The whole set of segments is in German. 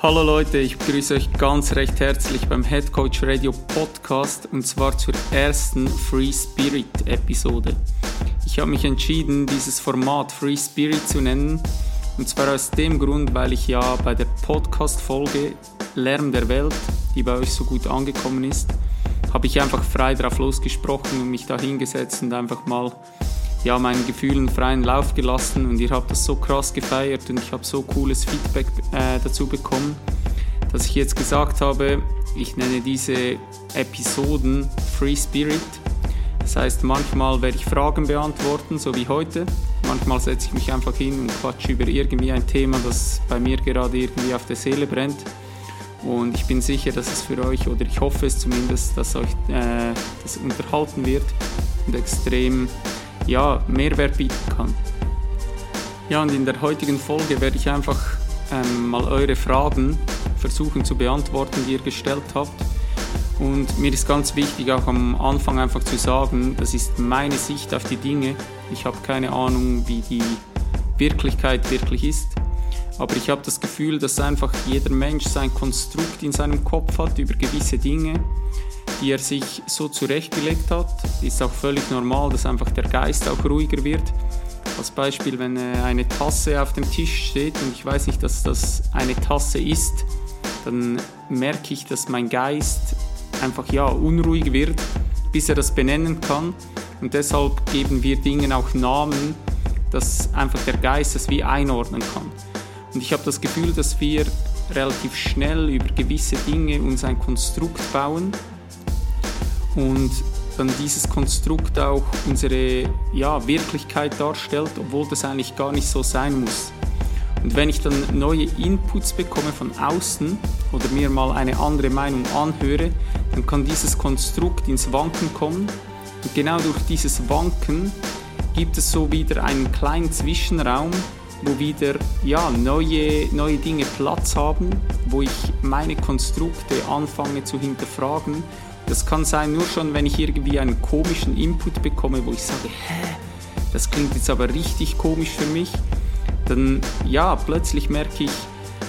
Hallo Leute, ich begrüße euch ganz recht herzlich beim Head Coach Radio Podcast und zwar zur ersten Free Spirit Episode. Ich habe mich entschieden, dieses Format Free Spirit zu nennen und zwar aus dem Grund, weil ich ja bei der Podcast-Folge Lärm der Welt, die bei euch so gut angekommen ist, habe ich einfach frei drauf losgesprochen und mich da hingesetzt und einfach mal meinen Gefühlen freien Lauf gelassen und ihr habt das so krass gefeiert und ich habe so cooles Feedback dazu bekommen, dass ich jetzt gesagt habe, ich nenne diese Episoden Free Spirit. Das heißt, manchmal werde ich Fragen beantworten, so wie heute. Manchmal setze ich mich einfach hin und quatsche über irgendwie ein Thema, das bei mir gerade irgendwie auf der Seele brennt. Und ich bin sicher, dass es für euch, oder ich hoffe es zumindest, dass euch das unterhalten wird und extrem Mehrwert bieten kann. Ja, und in der heutigen Folge werde ich einfach mal eure Fragen versuchen zu beantworten, die ihr gestellt habt. Und mir ist ganz wichtig, auch am Anfang einfach zu sagen, das ist meine Sicht auf die Dinge. Ich habe keine Ahnung, wie die Wirklichkeit wirklich ist. Aber ich habe das Gefühl, dass einfach jeder Mensch sein Konstrukt in seinem Kopf hat über gewisse Dinge, die er sich so zurechtgelegt hat. Ist auch völlig normal, dass einfach der Geist auch ruhiger wird. Als Beispiel, wenn eine Tasse auf dem Tisch steht und ich weiß nicht, dass das eine Tasse ist, dann merke ich, dass mein Geist einfach unruhig wird, bis er das benennen kann. Und deshalb geben wir Dingen auch Namen, dass einfach der Geist das wie einordnen kann. Und ich habe das Gefühl, dass wir relativ schnell über gewisse Dinge uns ein Konstrukt bauen und dann dieses Konstrukt auch unsere Wirklichkeit darstellt, obwohl das eigentlich gar nicht so sein muss. Und wenn ich dann neue Inputs bekomme von außen oder mir mal eine andere Meinung anhöre, dann kann dieses Konstrukt ins Wanken kommen. Und genau durch dieses Wanken gibt es so wieder einen kleinen Zwischenraum, wo wieder neue Dinge Platz haben, wo ich meine Konstrukte anfange zu hinterfragen. Das kann sein, nur schon, wenn ich irgendwie einen komischen Input bekomme, wo ich sage, das klingt jetzt aber richtig komisch für mich. Dann plötzlich merke ich,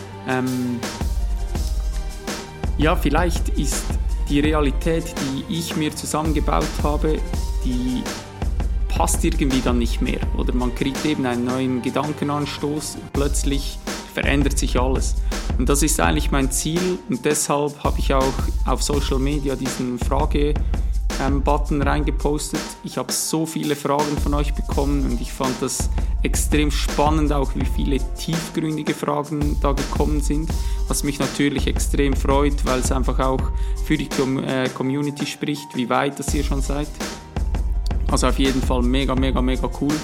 vielleicht ist die Realität, die ich mir zusammengebaut habe, die passt irgendwie dann nicht mehr. Oder man kriegt eben einen neuen Gedankenanstoß, plötzlich verändert sich alles. Und das ist eigentlich mein Ziel und deshalb habe ich auch auf Social Media diesen Frage-Button reingepostet. Ich habe so viele Fragen von euch bekommen und ich fand das extrem spannend, auch wie viele tiefgründige Fragen da gekommen sind, was mich natürlich extrem freut, weil es einfach auch für die Community spricht, wie weit das ihr schon seid. Also auf jeden Fall mega, mega, mega cool.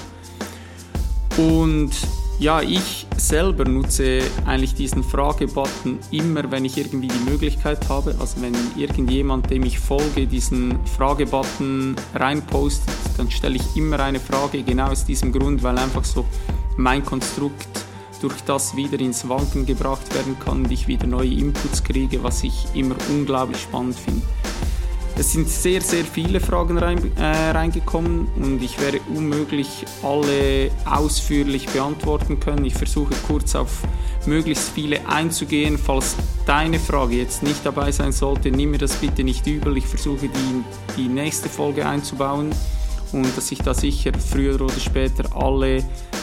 Und ich selber nutze eigentlich diesen Frage-Button immer, wenn ich irgendwie die Möglichkeit habe. Also wenn irgendjemand, dem ich folge, diesen Frage-Button reinpostet, dann stelle ich immer eine Frage, genau aus diesem Grund, weil einfach so mein Konstrukt durch das wieder ins Wanken gebracht werden kann und ich wieder neue Inputs kriege, was ich immer unglaublich spannend finde. Es sind sehr, sehr viele Fragen reingekommen und ich werde unmöglich alle ausführlich beantworten können. Ich versuche kurz auf möglichst viele einzugehen. Falls deine Frage jetzt nicht dabei sein sollte, nimm mir das bitte nicht übel. Ich versuche die nächste Folge einzubauen und dass ich da sicher früher oder später alle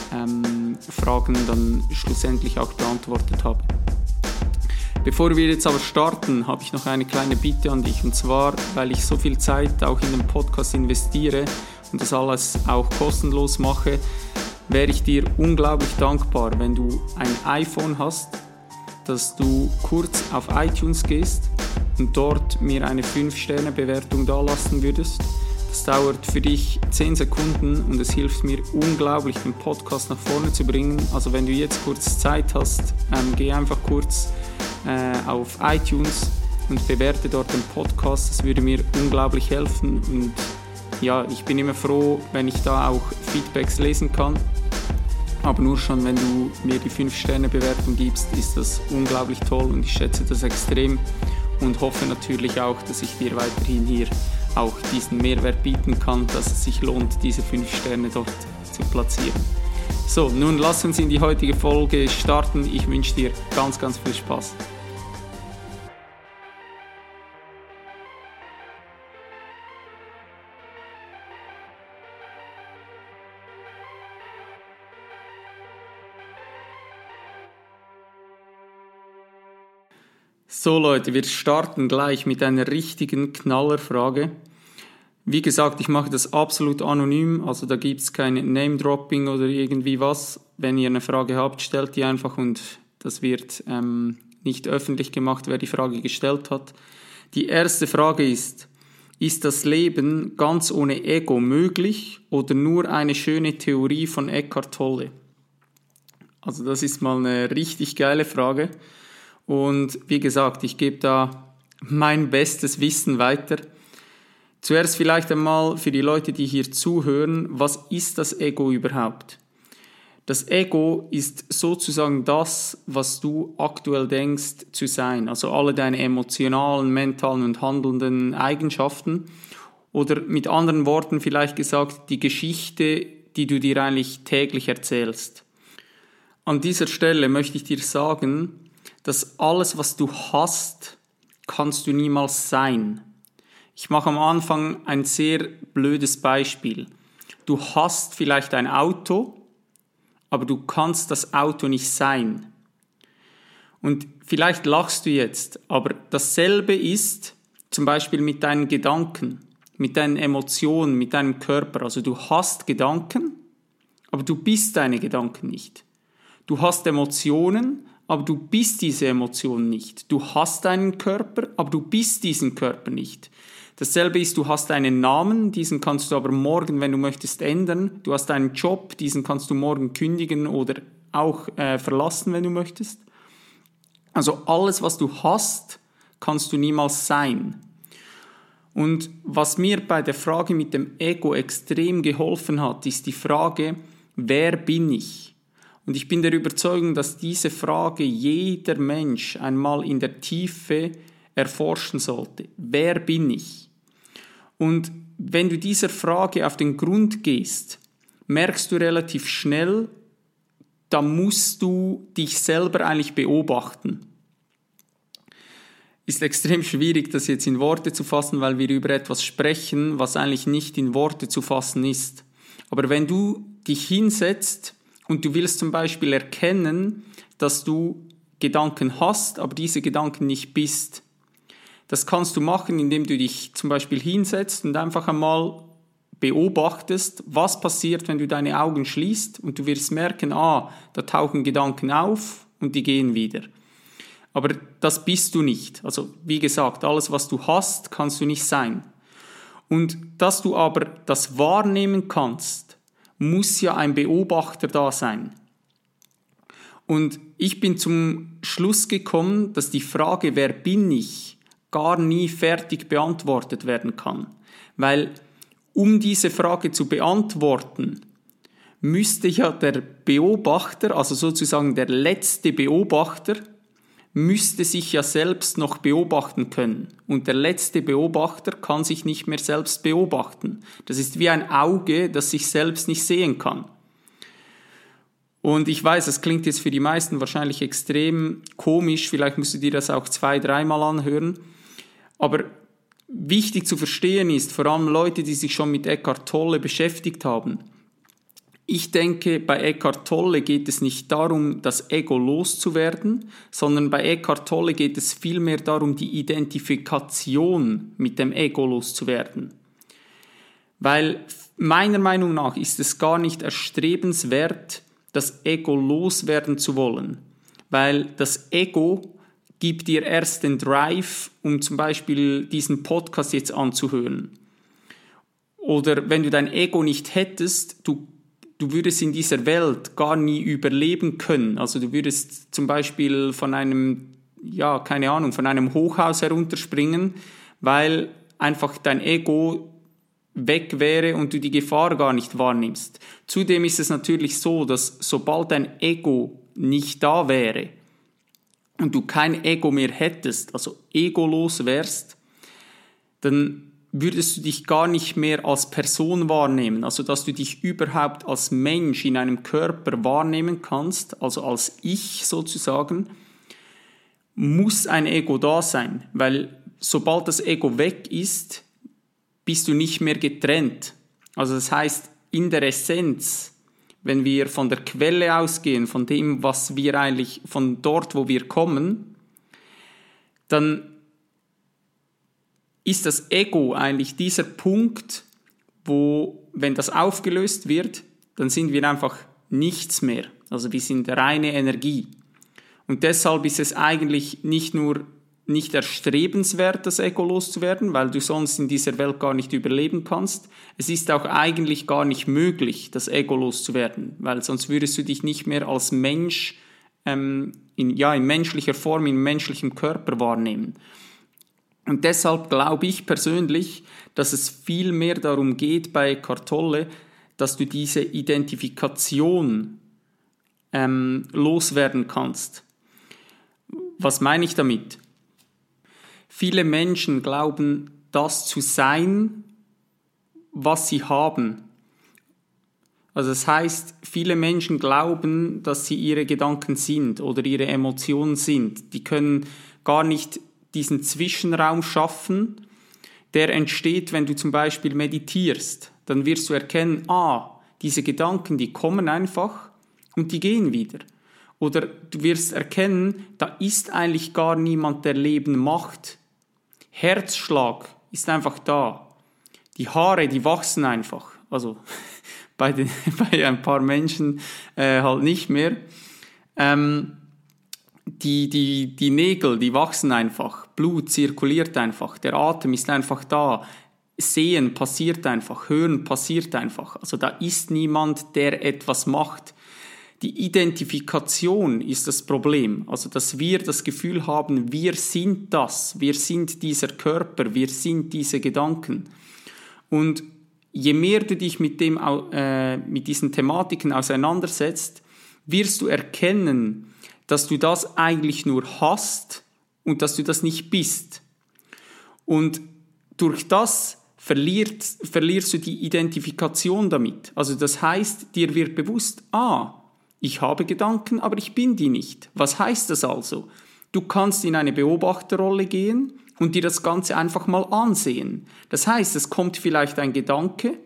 Fragen dann schlussendlich auch beantwortet habe. Bevor wir jetzt aber starten, habe ich noch eine kleine Bitte an dich. Und zwar, weil ich so viel Zeit auch in den Podcast investiere und das alles auch kostenlos mache, wäre ich dir unglaublich dankbar, wenn du ein iPhone hast, dass du kurz auf iTunes gehst und dort mir eine 5-Sterne-Bewertung dalassen würdest. Das dauert für dich 10 Sekunden und es hilft mir unglaublich, den Podcast nach vorne zu bringen. Also wenn du jetzt kurz Zeit hast, geh einfach kurz auf iTunes und bewerte dort den Podcast. Das würde mir unglaublich helfen und ich bin immer froh, wenn ich da auch Feedbacks lesen kann. Aber nur schon, wenn du mir die 5-Sterne-Bewertung gibst, ist das unglaublich toll und ich schätze das extrem und hoffe natürlich auch, dass ich dir weiterhin hier auch diesen Mehrwert bieten kann, dass es sich lohnt, diese 5 Sterne dort zu platzieren. So, nun lass uns in die heutige Folge starten. Ich wünsche dir ganz, ganz viel Spaß. So Leute, wir starten gleich mit einer richtigen Knallerfrage. Wie gesagt, ich mache das absolut anonym, also da gibt es kein Name-Dropping oder irgendwie was. Wenn ihr eine Frage habt, stellt die einfach und das wird nicht öffentlich gemacht, wer die Frage gestellt hat. Die erste Frage ist das Leben ganz ohne Ego möglich oder nur eine schöne Theorie von Eckhart Tolle? Also das ist mal eine richtig geile Frage. Und wie gesagt, ich gebe da mein bestes Wissen weiter. Zuerst vielleicht einmal für die Leute, die hier zuhören, was ist das Ego überhaupt? Das Ego ist sozusagen das, was du aktuell denkst zu sein, also alle deine emotionalen, mentalen und handelnden Eigenschaften. Oder mit anderen Worten vielleicht gesagt, die Geschichte, die du dir eigentlich täglich erzählst. An dieser Stelle möchte ich dir sagen, dass alles, was du hast, kannst du niemals sein. Ich mache am Anfang ein sehr blödes Beispiel. Du hast vielleicht ein Auto, aber du kannst das Auto nicht sein. Und vielleicht lachst du jetzt, aber dasselbe ist zum Beispiel mit deinen Gedanken, mit deinen Emotionen, mit deinem Körper. Also du hast Gedanken, aber du bist deine Gedanken nicht. Du hast Emotionen, aber du bist diese Emotionen nicht. Du hast einen Körper, aber du bist diesen Körper nicht. Dasselbe ist, du hast einen Namen, diesen kannst du aber morgen, wenn du möchtest, ändern. Du hast einen Job, diesen kannst du morgen kündigen oder auch verlassen, wenn du möchtest. Also alles, was du hast, kannst du niemals sein. Und was mir bei der Frage mit dem Ego extrem geholfen hat, ist die Frage, wer bin ich? Und ich bin der Überzeugung, dass diese Frage jeder Mensch einmal in der Tiefe erforschen sollte. Wer bin ich? Und wenn du dieser Frage auf den Grund gehst, merkst du relativ schnell, da musst du dich selber eigentlich beobachten. Ist extrem schwierig, das jetzt in Worte zu fassen, weil wir über etwas sprechen, was eigentlich nicht in Worte zu fassen ist. Aber wenn du dich hinsetzt und du willst zum Beispiel erkennen, dass du Gedanken hast, aber diese Gedanken nicht bist. Das kannst du machen, indem du dich zum Beispiel hinsetzt und einfach einmal beobachtest, was passiert, wenn du deine Augen schließt und du wirst merken, da tauchen Gedanken auf und die gehen wieder. Aber das bist du nicht. Also wie gesagt, alles, was du hast, kannst du nicht sein. Und dass du aber das wahrnehmen kannst, muss ja ein Beobachter da sein. Und ich bin zum Schluss gekommen, dass die Frage, wer bin ich, gar nie fertig beantwortet werden kann. Weil um diese Frage zu beantworten, müsste ja der Beobachter, also sozusagen der letzte Beobachter, müsste sich ja selbst noch beobachten können. Und der letzte Beobachter kann sich nicht mehr selbst beobachten. Das ist wie ein Auge, das sich selbst nicht sehen kann. Und ich weiß, das klingt jetzt für die meisten wahrscheinlich extrem komisch, vielleicht musst du dir das auch 2-3 Mal anhören. Aber wichtig zu verstehen ist, vor allem Leute, die sich schon mit Eckhart Tolle beschäftigt haben, ich denke, bei Eckhart Tolle geht es nicht darum, das Ego loszuwerden, sondern bei Eckhart Tolle geht es vielmehr darum, die Identifikation mit dem Ego loszuwerden. Weil meiner Meinung nach ist es gar nicht erstrebenswert, das Ego loswerden zu wollen. Weil das Ego gibt dir erst den Drive, um zum Beispiel diesen Podcast jetzt anzuhören. Oder wenn du dein Ego nicht hättest, du würdest in dieser Welt gar nie überleben können. Also du würdest zum Beispiel von einem Hochhaus herunterspringen, weil einfach dein Ego weg wäre und du die Gefahr gar nicht wahrnimmst. Zudem ist es natürlich so, dass sobald dein Ego nicht da wäre und du kein Ego mehr hättest, also egolos wärst, dann würdest du dich gar nicht mehr als Person wahrnehmen, also dass du dich überhaupt als Mensch in einem Körper wahrnehmen kannst, also als Ich sozusagen, muss ein Ego da sein, weil sobald das Ego weg ist, bist du nicht mehr getrennt. Also das heißt, in der Essenz, wenn wir von der Quelle ausgehen, von dem, was wir eigentlich, von dort, wo wir kommen, dann ist das Ego eigentlich dieser Punkt, wo, wenn das aufgelöst wird, dann sind wir einfach nichts mehr. Also wir sind reine Energie. Und deshalb ist es eigentlich nicht nur nicht erstrebenswert, das Ego loszuwerden, weil du sonst in dieser Welt gar nicht überleben kannst. Es ist auch eigentlich gar nicht möglich, das Ego loszuwerden, weil sonst würdest du dich nicht mehr als Mensch in menschlicher Form, in menschlichem Körper wahrnehmen. Und deshalb glaube ich persönlich, dass es viel mehr darum geht bei Eckhart Tolle, dass du diese Identifikation loswerden kannst. Was meine ich damit? Viele Menschen glauben, das zu sein, was sie haben. Also das heißt, viele Menschen glauben, dass sie ihre Gedanken sind oder ihre Emotionen sind. Die können gar nicht diesen Zwischenraum schaffen, der entsteht, wenn du zum Beispiel meditierst. Dann wirst du erkennen, diese Gedanken, die kommen einfach und die gehen wieder. Oder du wirst erkennen, da ist eigentlich gar niemand, der Leben macht. Herzschlag ist einfach da. Die Haare, die wachsen einfach. Also bei ein paar Menschen halt nicht mehr. Die Nägel, die wachsen einfach. Blut zirkuliert einfach. Der Atem ist einfach da. Sehen passiert einfach. Hören passiert einfach. Also da ist niemand, der etwas macht. Die Identifikation ist das Problem. Also dass wir das Gefühl haben, wir sind das. Wir sind dieser Körper. Wir sind diese Gedanken. Und je mehr du dich mit diesen Thematiken auseinandersetzt, wirst du erkennen, dass du das eigentlich nur hast und dass du das nicht bist. Und durch das verlierst du die Identifikation damit. Also das heißt, dir wird bewusst, ich habe Gedanken, aber ich bin die nicht. Was heißt das also? Du kannst in eine Beobachterrolle gehen und dir das Ganze einfach mal ansehen. Das heißt, es kommt vielleicht ein Gedanke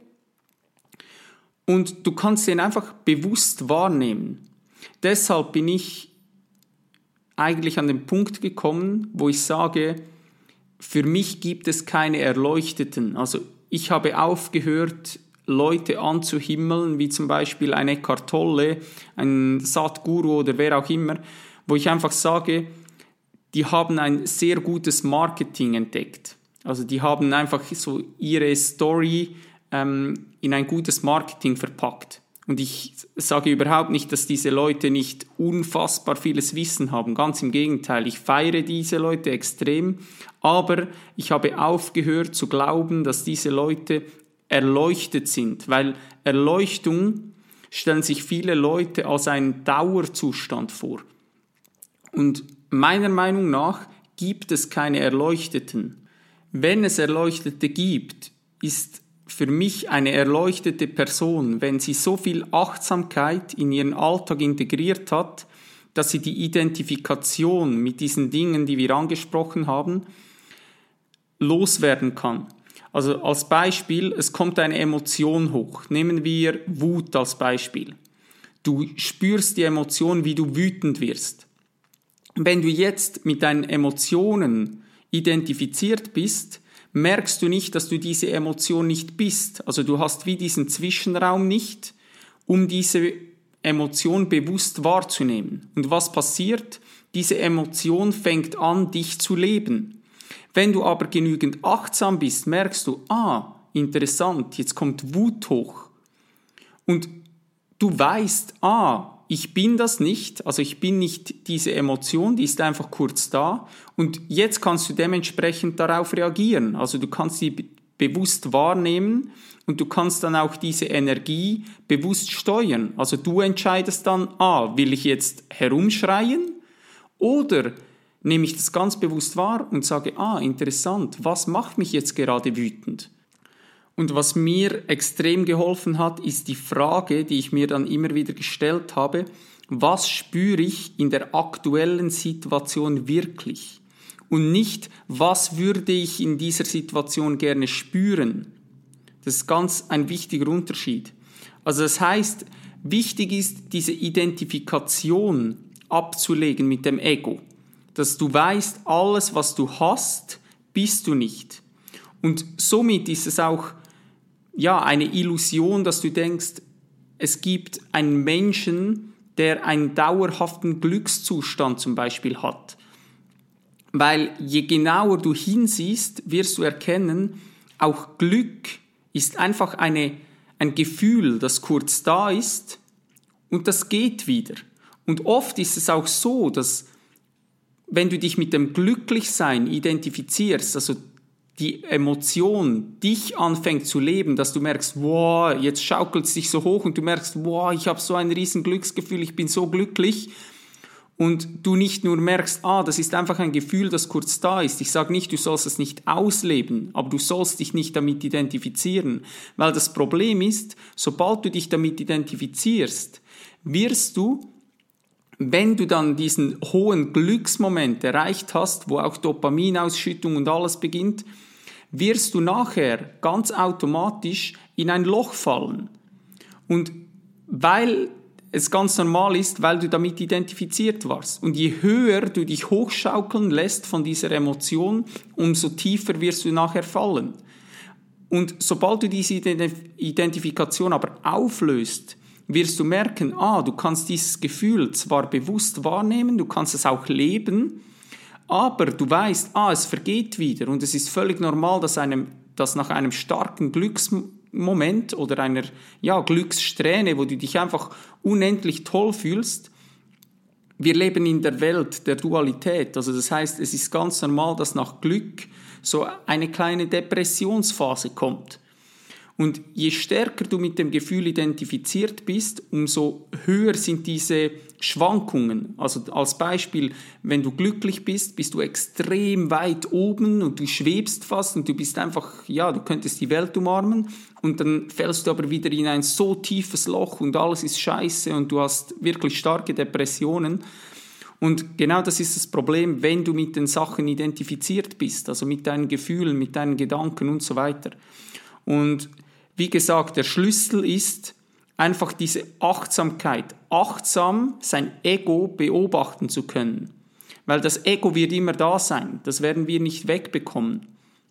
und du kannst den einfach bewusst wahrnehmen. Deshalb bin ich eigentlich an den Punkt gekommen, wo ich sage, für mich gibt es keine Erleuchteten. Also ich habe aufgehört, Leute anzuhimmeln, wie zum Beispiel ein Eckhart Tolle, ein Sadhguru oder wer auch immer, wo ich einfach sage, die haben ein sehr gutes Marketing entdeckt. Also die haben einfach so ihre Story in ein gutes Marketing verpackt. Und ich sage überhaupt nicht, dass diese Leute nicht unfassbar vieles Wissen haben. Ganz im Gegenteil, ich feiere diese Leute extrem. Aber ich habe aufgehört zu glauben, dass diese Leute erleuchtet sind. Weil Erleuchtung stellen sich viele Leute als einen Dauerzustand vor. Und meiner Meinung nach gibt es keine Erleuchteten. Wenn es Erleuchtete gibt, ist für mich eine erleuchtete Person, wenn sie so viel Achtsamkeit in ihren Alltag integriert hat, dass sie die Identifikation mit diesen Dingen, die wir angesprochen haben, loswerden kann. Also als Beispiel, es kommt eine Emotion hoch. Nehmen wir Wut als Beispiel. Du spürst die Emotion, wie du wütend wirst. Wenn du jetzt mit deinen Emotionen identifiziert bist, merkst du nicht, dass du diese Emotion nicht bist. Also du hast wie diesen Zwischenraum nicht, um diese Emotion bewusst wahrzunehmen. Und was passiert? Diese Emotion fängt an, dich zu leben. Wenn du aber genügend achtsam bist, merkst du, interessant, jetzt kommt Wut hoch. Und du weißt, ich bin das nicht, also ich bin nicht diese Emotion, die ist einfach kurz da und jetzt kannst du dementsprechend darauf reagieren. Also du kannst sie bewusst wahrnehmen und du kannst dann auch diese Energie bewusst steuern. Also du entscheidest dann, will ich jetzt herumschreien oder nehme ich das ganz bewusst wahr und sage, interessant, was macht mich jetzt gerade wütend? Und was mir extrem geholfen hat, ist die Frage, die ich mir dann immer wieder gestellt habe, was spüre ich in der aktuellen Situation wirklich? Und nicht, was würde ich in dieser Situation gerne spüren? Das ist ganz ein wichtiger Unterschied. Also das heißt, wichtig ist, diese Identifikation abzulegen mit dem Ego. dass du weißt, alles, was du hast, bist du nicht. Und somit ist es auch eine Illusion, dass du denkst, es gibt einen Menschen, der einen dauerhaften Glückszustand zum Beispiel hat. Weil je genauer du hinsiehst, wirst du erkennen, auch Glück ist einfach ein Gefühl, das kurz da ist und das geht wieder. Und oft ist es auch so, dass wenn du dich mit dem Glücklichsein identifizierst, also die Emotion dich anfängt zu leben, dass du merkst, wow, jetzt schaukelt es dich so hoch und du merkst, wow, ich habe so ein riesen Glücksgefühl, ich bin so glücklich. Und du nicht nur merkst, das ist einfach ein Gefühl, das kurz da ist. Ich sage nicht, du sollst es nicht ausleben, aber du sollst dich nicht damit identifizieren. Weil das Problem ist, sobald du dich damit identifizierst, wirst du, wenn du dann diesen hohen Glücksmoment erreicht hast, wo auch Dopaminausschüttung und alles beginnt, wirst du nachher ganz automatisch in ein Loch fallen. Und weil es ganz normal ist, weil du damit identifiziert warst. Und je höher du dich hochschaukeln lässt von dieser Emotion, umso tiefer wirst du nachher fallen. Und sobald du diese Identifikation aber auflöst, wirst du merken, du kannst dieses Gefühl zwar bewusst wahrnehmen, du kannst es auch leben, aber du weißt, es vergeht wieder. Und es ist völlig normal, dass nach einem starken Glücksmoment oder einer Glückssträhne, wo du dich einfach unendlich toll fühlst. Wir leben in der Welt der Dualität. Also das heißt, es ist ganz normal, dass nach Glück so eine kleine Depressionsphase kommt. Und je stärker du mit dem Gefühl identifiziert bist, umso höher sind diese Schwankungen. Also als Beispiel, wenn du glücklich bist, bist du extrem weit oben und du schwebst fast und du bist einfach, du könntest die Welt umarmen und dann fällst du aber wieder in ein so tiefes Loch und alles ist scheiße und du hast wirklich starke Depressionen. Und genau das ist das Problem, wenn du mit den Sachen identifiziert bist, also mit deinen Gefühlen, mit deinen Gedanken und so weiter. Und wie gesagt, der Schlüssel ist einfach diese Achtsamkeit, achtsam sein Ego beobachten zu können. Weil das Ego wird immer da sein, das werden wir nicht wegbekommen.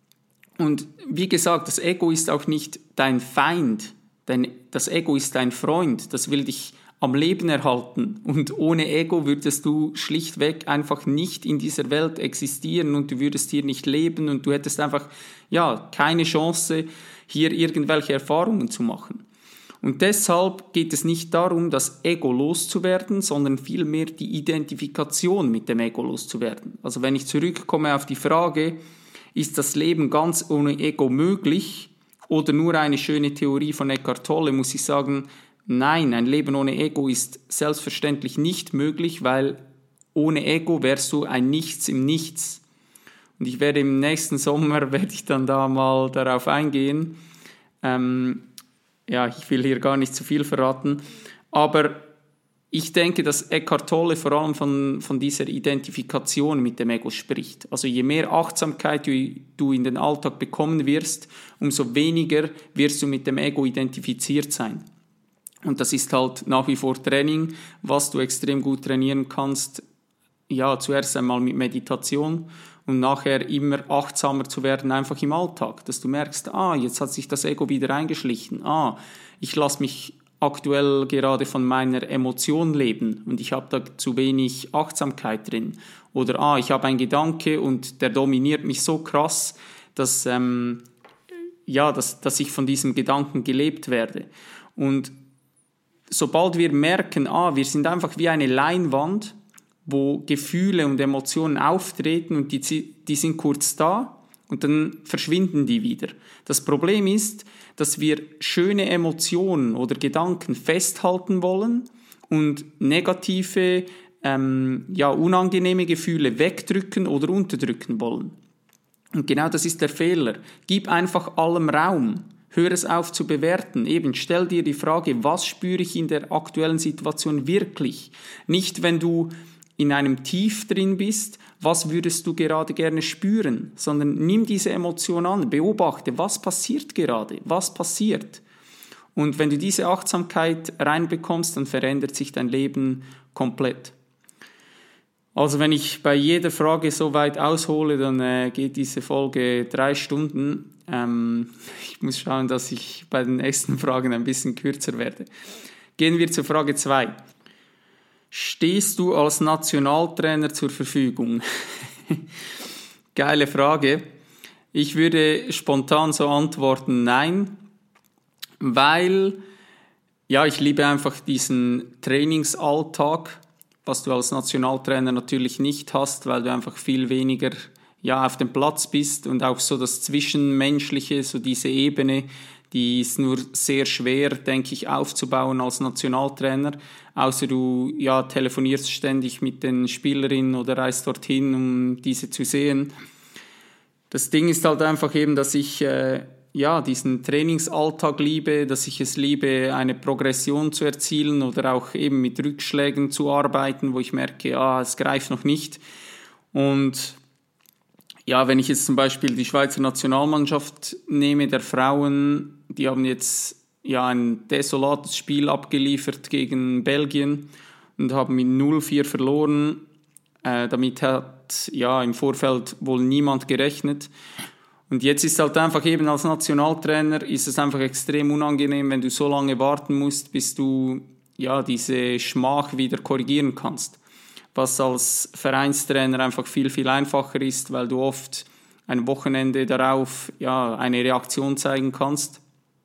Und wie gesagt, das Ego ist auch nicht dein Feind, das Ego ist dein Freund, das will dich am Leben erhalten. Und ohne Ego würdest du schlichtweg einfach nicht in dieser Welt existieren und du würdest hier nicht leben und du hättest einfach keine Chance, hier irgendwelche Erfahrungen zu machen. Und deshalb geht es nicht darum, das Ego loszuwerden, sondern vielmehr die Identifikation mit dem Ego loszuwerden. Also wenn ich zurückkomme auf die Frage, ist das Leben ganz ohne Ego möglich oder nur eine schöne Theorie von Eckhart Tolle, muss ich sagen, nein, ein Leben ohne Ego ist selbstverständlich nicht möglich, weil ohne Ego wärst du ein Nichts im Nichts. Und ich werde im nächsten Sommer, dann da mal darauf eingehen. Ich will hier gar nicht zu viel verraten. Aber ich denke, dass Eckhart Tolle vor allem von dieser Identifikation mit dem Ego spricht. Also je mehr Achtsamkeit du in den Alltag bekommen wirst, umso weniger wirst du mit dem Ego identifiziert sein. Und das ist halt nach wie vor Training, was du extrem gut trainieren kannst. Zuerst einmal mit Meditation und nachher immer achtsamer zu werden, einfach im Alltag. Dass du merkst, jetzt hat sich das Ego wieder eingeschlichen. Ich lasse mich aktuell gerade von meiner Emotion leben und ich habe da zu wenig Achtsamkeit drin. Oder ich habe einen Gedanke und der dominiert mich so krass, dass ich von diesem Gedanken gelebt werde. Und sobald wir merken, wir sind einfach wie eine Leinwand, wo Gefühle und Emotionen auftreten und die sind kurz da und dann verschwinden die wieder. Das Problem ist, dass wir schöne Emotionen oder Gedanken festhalten wollen und negative, unangenehme Gefühle wegdrücken oder unterdrücken wollen. Und genau das ist der Fehler. Gib einfach allem Raum. Hör es auf zu bewerten. Eben, stell dir die Frage, was spüre ich in der aktuellen Situation wirklich? Nicht, wenn du in einem Tief drin bist, was würdest du gerade gerne spüren, sondern nimm diese Emotion an, beobachte, was passiert gerade, was passiert. Und wenn du diese Achtsamkeit reinbekommst, dann verändert sich dein Leben komplett. Also wenn ich bei jeder Frage so weit aushole, dann geht diese Folge 3 Stunden. Ich muss schauen, dass ich bei den nächsten Fragen ein bisschen kürzer werde. Gehen wir zur Frage 2. Stehst du als Nationaltrainer zur Verfügung? Geile Frage. Ich würde spontan so antworten, nein, weil ich liebe einfach diesen Trainingsalltag, was du als Nationaltrainer natürlich nicht hast, weil du einfach viel weniger auf dem Platz bist und auch so das Zwischenmenschliche, so diese Ebene, die ist nur sehr schwer, denke ich, aufzubauen als Nationaltrainer, außer du telefonierst ständig mit den Spielerinnen oder reist dorthin, um diese zu sehen. Das Ding ist halt einfach eben, dass ich diesen Trainingsalltag liebe, dass ich es liebe, eine Progression zu erzielen oder auch eben mit Rückschlägen zu arbeiten, wo ich merke, es greift noch nicht. Und wenn ich jetzt zum Beispiel die Schweizer Nationalmannschaft nehme, der Frauen, die haben jetzt ein desolates Spiel abgeliefert gegen Belgien und haben mit 0-4 verloren. Damit hat im Vorfeld wohl niemand gerechnet. Und jetzt ist halt einfach eben als Nationaltrainer ist es einfach extrem unangenehm, wenn du so lange warten musst, bis du diese Schmach wieder korrigieren kannst. Was als Vereinstrainer einfach viel, viel einfacher ist, weil du oft ein Wochenende darauf eine Reaktion zeigen kannst.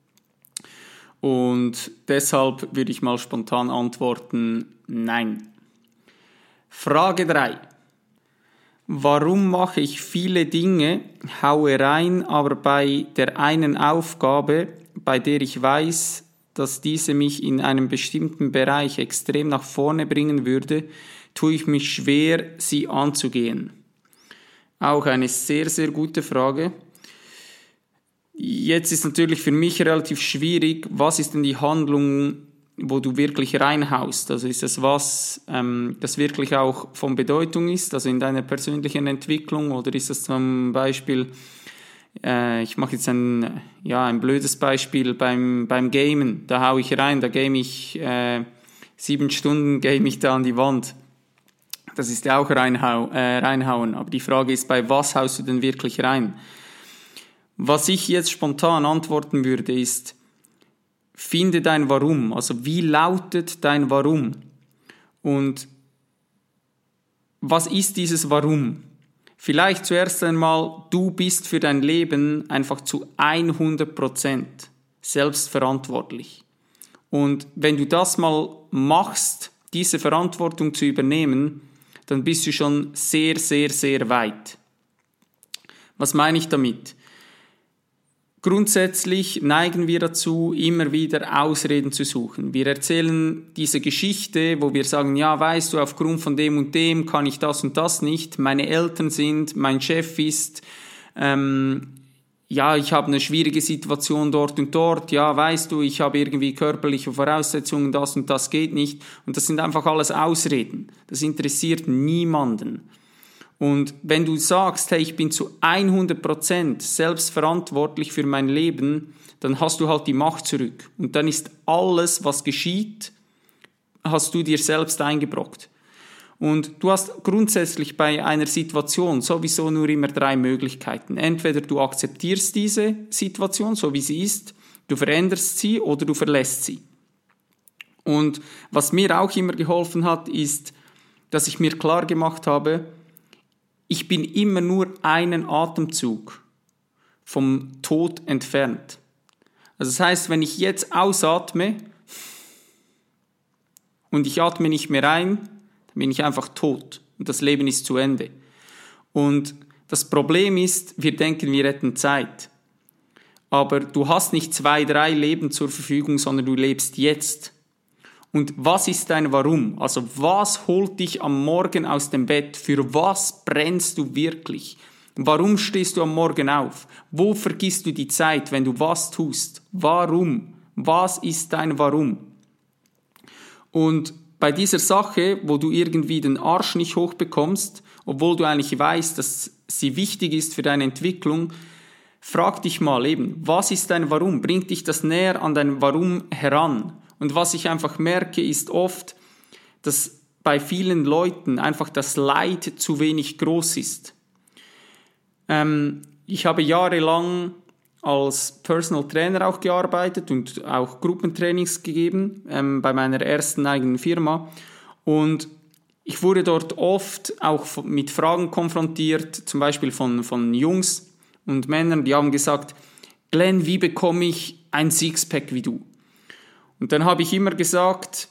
Und deshalb würde ich mal spontan antworten, nein. Frage 3. Warum mache ich viele Dinge, haue rein, aber bei der einen Aufgabe, bei der ich weiß, dass diese mich in einem bestimmten Bereich extrem nach vorne bringen würde, tue ich mich schwer, sie anzugehen? Auch eine sehr, sehr gute Frage. Jetzt ist natürlich für mich relativ schwierig, was ist denn die Handlung, wo du wirklich reinhaust? Also ist das was, das wirklich auch von Bedeutung ist, also in deiner persönlichen Entwicklung, oder ist das zum Beispiel, ich mache jetzt ein blödes Beispiel beim Gamen, da hau ich rein, da game ich 7 Stunden game ich da an die Wand. Das ist ja auch reinhauen, aber die Frage ist, bei was haust du denn wirklich rein? Was ich jetzt spontan antworten würde, ist, finde dein Warum, also wie lautet dein Warum? Und was ist dieses Warum? Vielleicht zuerst einmal, du bist für dein Leben einfach zu 100% selbstverantwortlich. Und wenn du das mal machst, diese Verantwortung zu übernehmen, dann bist du schon sehr, sehr, sehr weit. Was meine ich damit? Grundsätzlich neigen wir dazu, immer wieder Ausreden zu suchen. Wir erzählen diese Geschichte, wo wir sagen, weißt du, aufgrund von dem und dem kann ich das und das nicht. Meine Eltern sind, mein Chef ist, ich habe eine schwierige Situation dort und dort. Weißt du, ich habe irgendwie körperliche Voraussetzungen, das und das geht nicht. Und das sind einfach alles Ausreden. Das interessiert niemanden. Und wenn du sagst, hey, ich bin zu 100% selbstverantwortlich für mein Leben, dann hast du halt die Macht zurück. Und dann ist alles, was geschieht, hast du dir selbst eingebrockt. Und du hast grundsätzlich bei einer Situation sowieso nur immer 3 Möglichkeiten. Entweder du akzeptierst diese Situation, so wie sie ist, du veränderst sie oder du verlässt sie. Und was mir auch immer geholfen hat, ist, dass ich mir klar gemacht habe, ich bin immer nur einen Atemzug vom Tod entfernt. Also das heißt, wenn ich jetzt ausatme und ich atme nicht mehr ein, dann bin ich einfach tot und das Leben ist zu Ende. Und das Problem ist, wir denken, wir hätten Zeit. Aber du hast nicht 2, 3 Leben zur Verfügung, sondern du lebst jetzt. Und was ist dein Warum? Also was holt dich am Morgen aus dem Bett? Für was brennst du wirklich? Warum stehst du am Morgen auf? Wo vergisst du die Zeit, wenn du was tust? Warum? Was ist dein Warum? Und bei dieser Sache, wo du irgendwie den Arsch nicht hochbekommst, obwohl du eigentlich weißt, dass sie wichtig ist für deine Entwicklung, frag dich mal eben, was ist dein Warum? Bringt dich das näher an dein Warum heran? Und was ich einfach merke, ist oft, dass bei vielen Leuten einfach das Leid zu wenig groß ist. Ich habe jahrelang als Personal Trainer auch gearbeitet und auch Gruppentrainings gegeben bei meiner ersten eigenen Firma. Und ich wurde dort oft auch mit Fragen konfrontiert, zum Beispiel von Jungs und Männern, die haben gesagt, Glenn, wie bekomme ich ein Sixpack wie du? Und dann habe ich immer gesagt,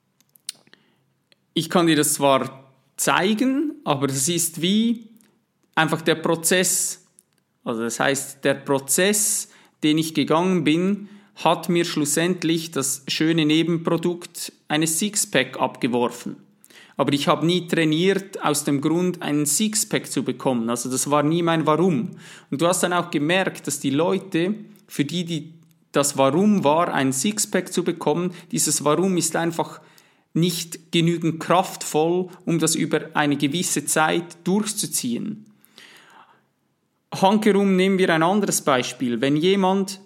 ich kann dir das zwar zeigen, aber das ist wie einfach der Prozess. Also das heißt, der Prozess, den ich gegangen bin, hat mir schlussendlich das schöne Nebenprodukt eines Sixpack abgeworfen. Aber ich habe nie trainiert aus dem Grund, einen Sixpack zu bekommen. Also das war nie mein Warum. Und du hast dann auch gemerkt, dass die Leute, für die das Warum war, ein Sixpack zu bekommen, dieses Warum ist einfach nicht genügend kraftvoll, um das über eine gewisse Zeit durchzuziehen. Hankerum nehmen wir ein anderes Beispiel. Wenn jemand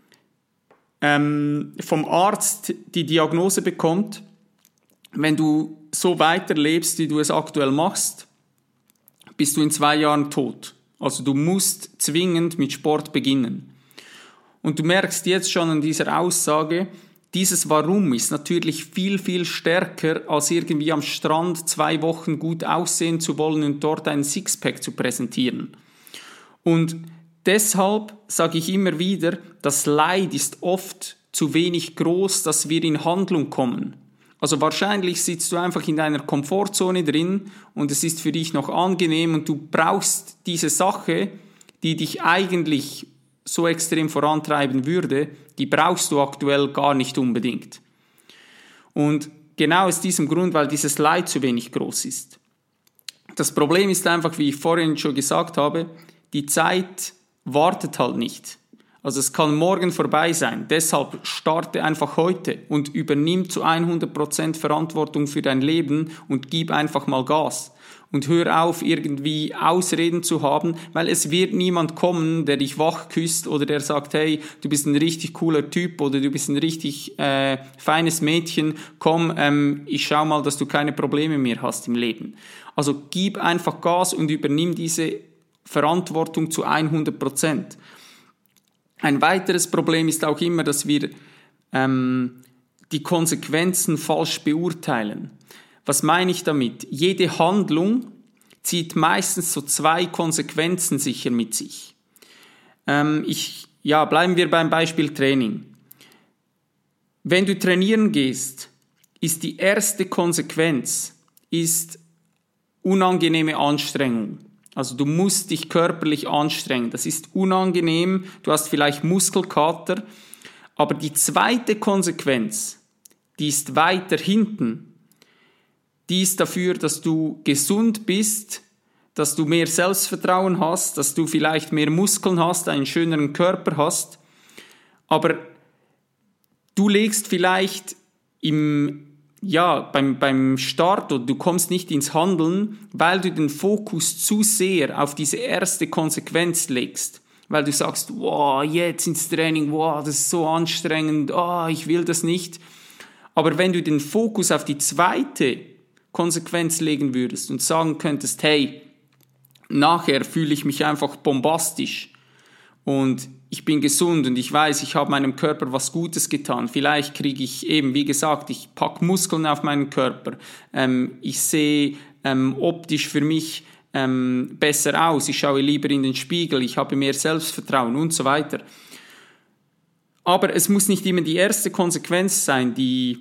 vom Arzt die Diagnose bekommt, wenn du so weiterlebst, wie du es aktuell machst, bist du in 2 Jahren tot. Also du musst zwingend mit Sport beginnen. Und du merkst jetzt schon an dieser Aussage, dieses Warum ist natürlich viel, viel stärker, als irgendwie am Strand 2 Wochen gut aussehen zu wollen und dort einen Sixpack zu präsentieren. Und deshalb sage ich immer wieder, das Leid ist oft zu wenig groß, dass wir in Handlung kommen. Also wahrscheinlich sitzt du einfach in deiner Komfortzone drin und es ist für dich noch angenehm und du brauchst diese Sache, die dich eigentlich so extrem vorantreiben würde, die brauchst du aktuell gar nicht unbedingt. Und genau aus diesem Grund, weil dieses Leid zu wenig groß ist. Das Problem ist einfach, wie ich vorhin schon gesagt habe, die Zeit wartet halt nicht. Also es kann morgen vorbei sein. Deshalb starte einfach heute und übernimm zu 100% Verantwortung für dein Leben und gib einfach mal Gas. Und hör auf, irgendwie Ausreden zu haben, weil es wird niemand kommen, der dich wach küsst oder der sagt, hey, du bist ein richtig cooler Typ oder du bist ein richtig feines Mädchen, komm, ich schau mal, dass du keine Probleme mehr hast im Leben. Also gib einfach Gas und übernimm diese Verantwortung zu 100%. Ein weiteres Problem ist auch immer, dass wir die Konsequenzen falsch beurteilen. Was meine ich damit? Jede Handlung zieht meistens so 2 Konsequenzen sicher mit sich. Bleiben wir beim Beispiel Training. Wenn du trainieren gehst, ist die erste Konsequenz unangenehme Anstrengung. Also du musst dich körperlich anstrengen. Das ist unangenehm, du hast vielleicht Muskelkater. Aber die zweite Konsequenz, die ist weiter hinten. Die ist dafür, dass du gesund bist, dass du mehr Selbstvertrauen hast, dass du vielleicht mehr Muskeln hast, einen schöneren Körper hast. Aber du legst vielleicht beim Start oder du kommst nicht ins Handeln, weil du den Fokus zu sehr auf diese erste Konsequenz legst. Weil du sagst, wow, jetzt ins Training, wow, das ist so anstrengend, ich will das nicht. Aber wenn du den Fokus auf die zweite Konsequenz legen würdest und sagen könntest, hey, nachher fühle ich mich einfach bombastisch und ich bin gesund und ich weiß, ich habe meinem Körper was Gutes getan. Vielleicht kriege ich eben, wie gesagt, ich packe Muskeln auf meinen Körper. Ich sehe optisch für mich besser aus. Ich schaue lieber in den Spiegel. Ich habe mehr Selbstvertrauen und so weiter. Aber es muss nicht immer die erste Konsequenz sein, die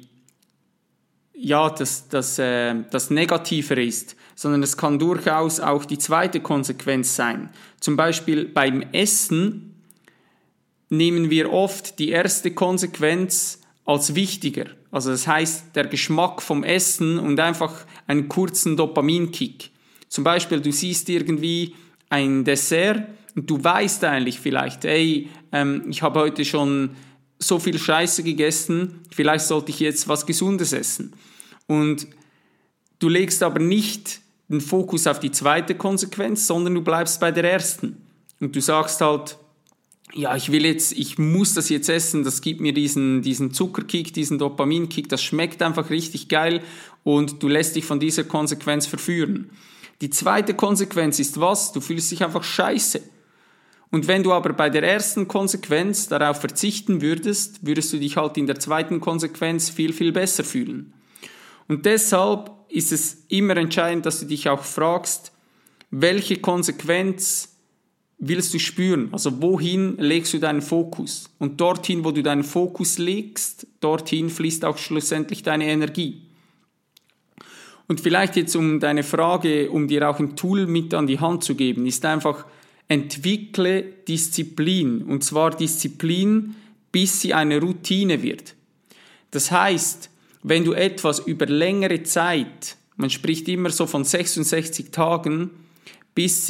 das Negativere ist, sondern es kann durchaus auch die zweite Konsequenz sein. Zum Beispiel beim Essen nehmen wir oft die erste Konsequenz als wichtiger. Also das heißt, der Geschmack vom Essen und einfach einen kurzen Dopaminkick. Zum Beispiel, du siehst irgendwie ein Dessert und du weißt eigentlich vielleicht, ich habe heute schon so viel Scheiße gegessen, vielleicht sollte ich jetzt was Gesundes essen. Und du legst aber nicht den Fokus auf die zweite Konsequenz, sondern du bleibst bei der ersten. Und du sagst halt, ja, ich muss das jetzt essen, das gibt mir diesen Zuckerkick, diesen Dopaminkick, das schmeckt einfach richtig geil und du lässt dich von dieser Konsequenz verführen. Die zweite Konsequenz ist was? Du fühlst dich einfach scheiße. Und wenn du aber bei der ersten Konsequenz darauf verzichten würdest, würdest du dich halt in der zweiten Konsequenz viel, viel besser fühlen. Und deshalb ist es immer entscheidend, dass du dich auch fragst, welche Konsequenz willst du spüren? Also wohin legst du deinen Fokus? Und dorthin, wo du deinen Fokus legst, dorthin fließt auch schlussendlich deine Energie. Und vielleicht jetzt um deine Frage, um dir auch ein Tool mit an die Hand zu geben, ist einfach, entwickle Disziplin. Und zwar Disziplin, bis sie eine Routine wird. Das heißt, wenn du etwas über längere Zeit, man spricht immer so von 66 Tagen, bis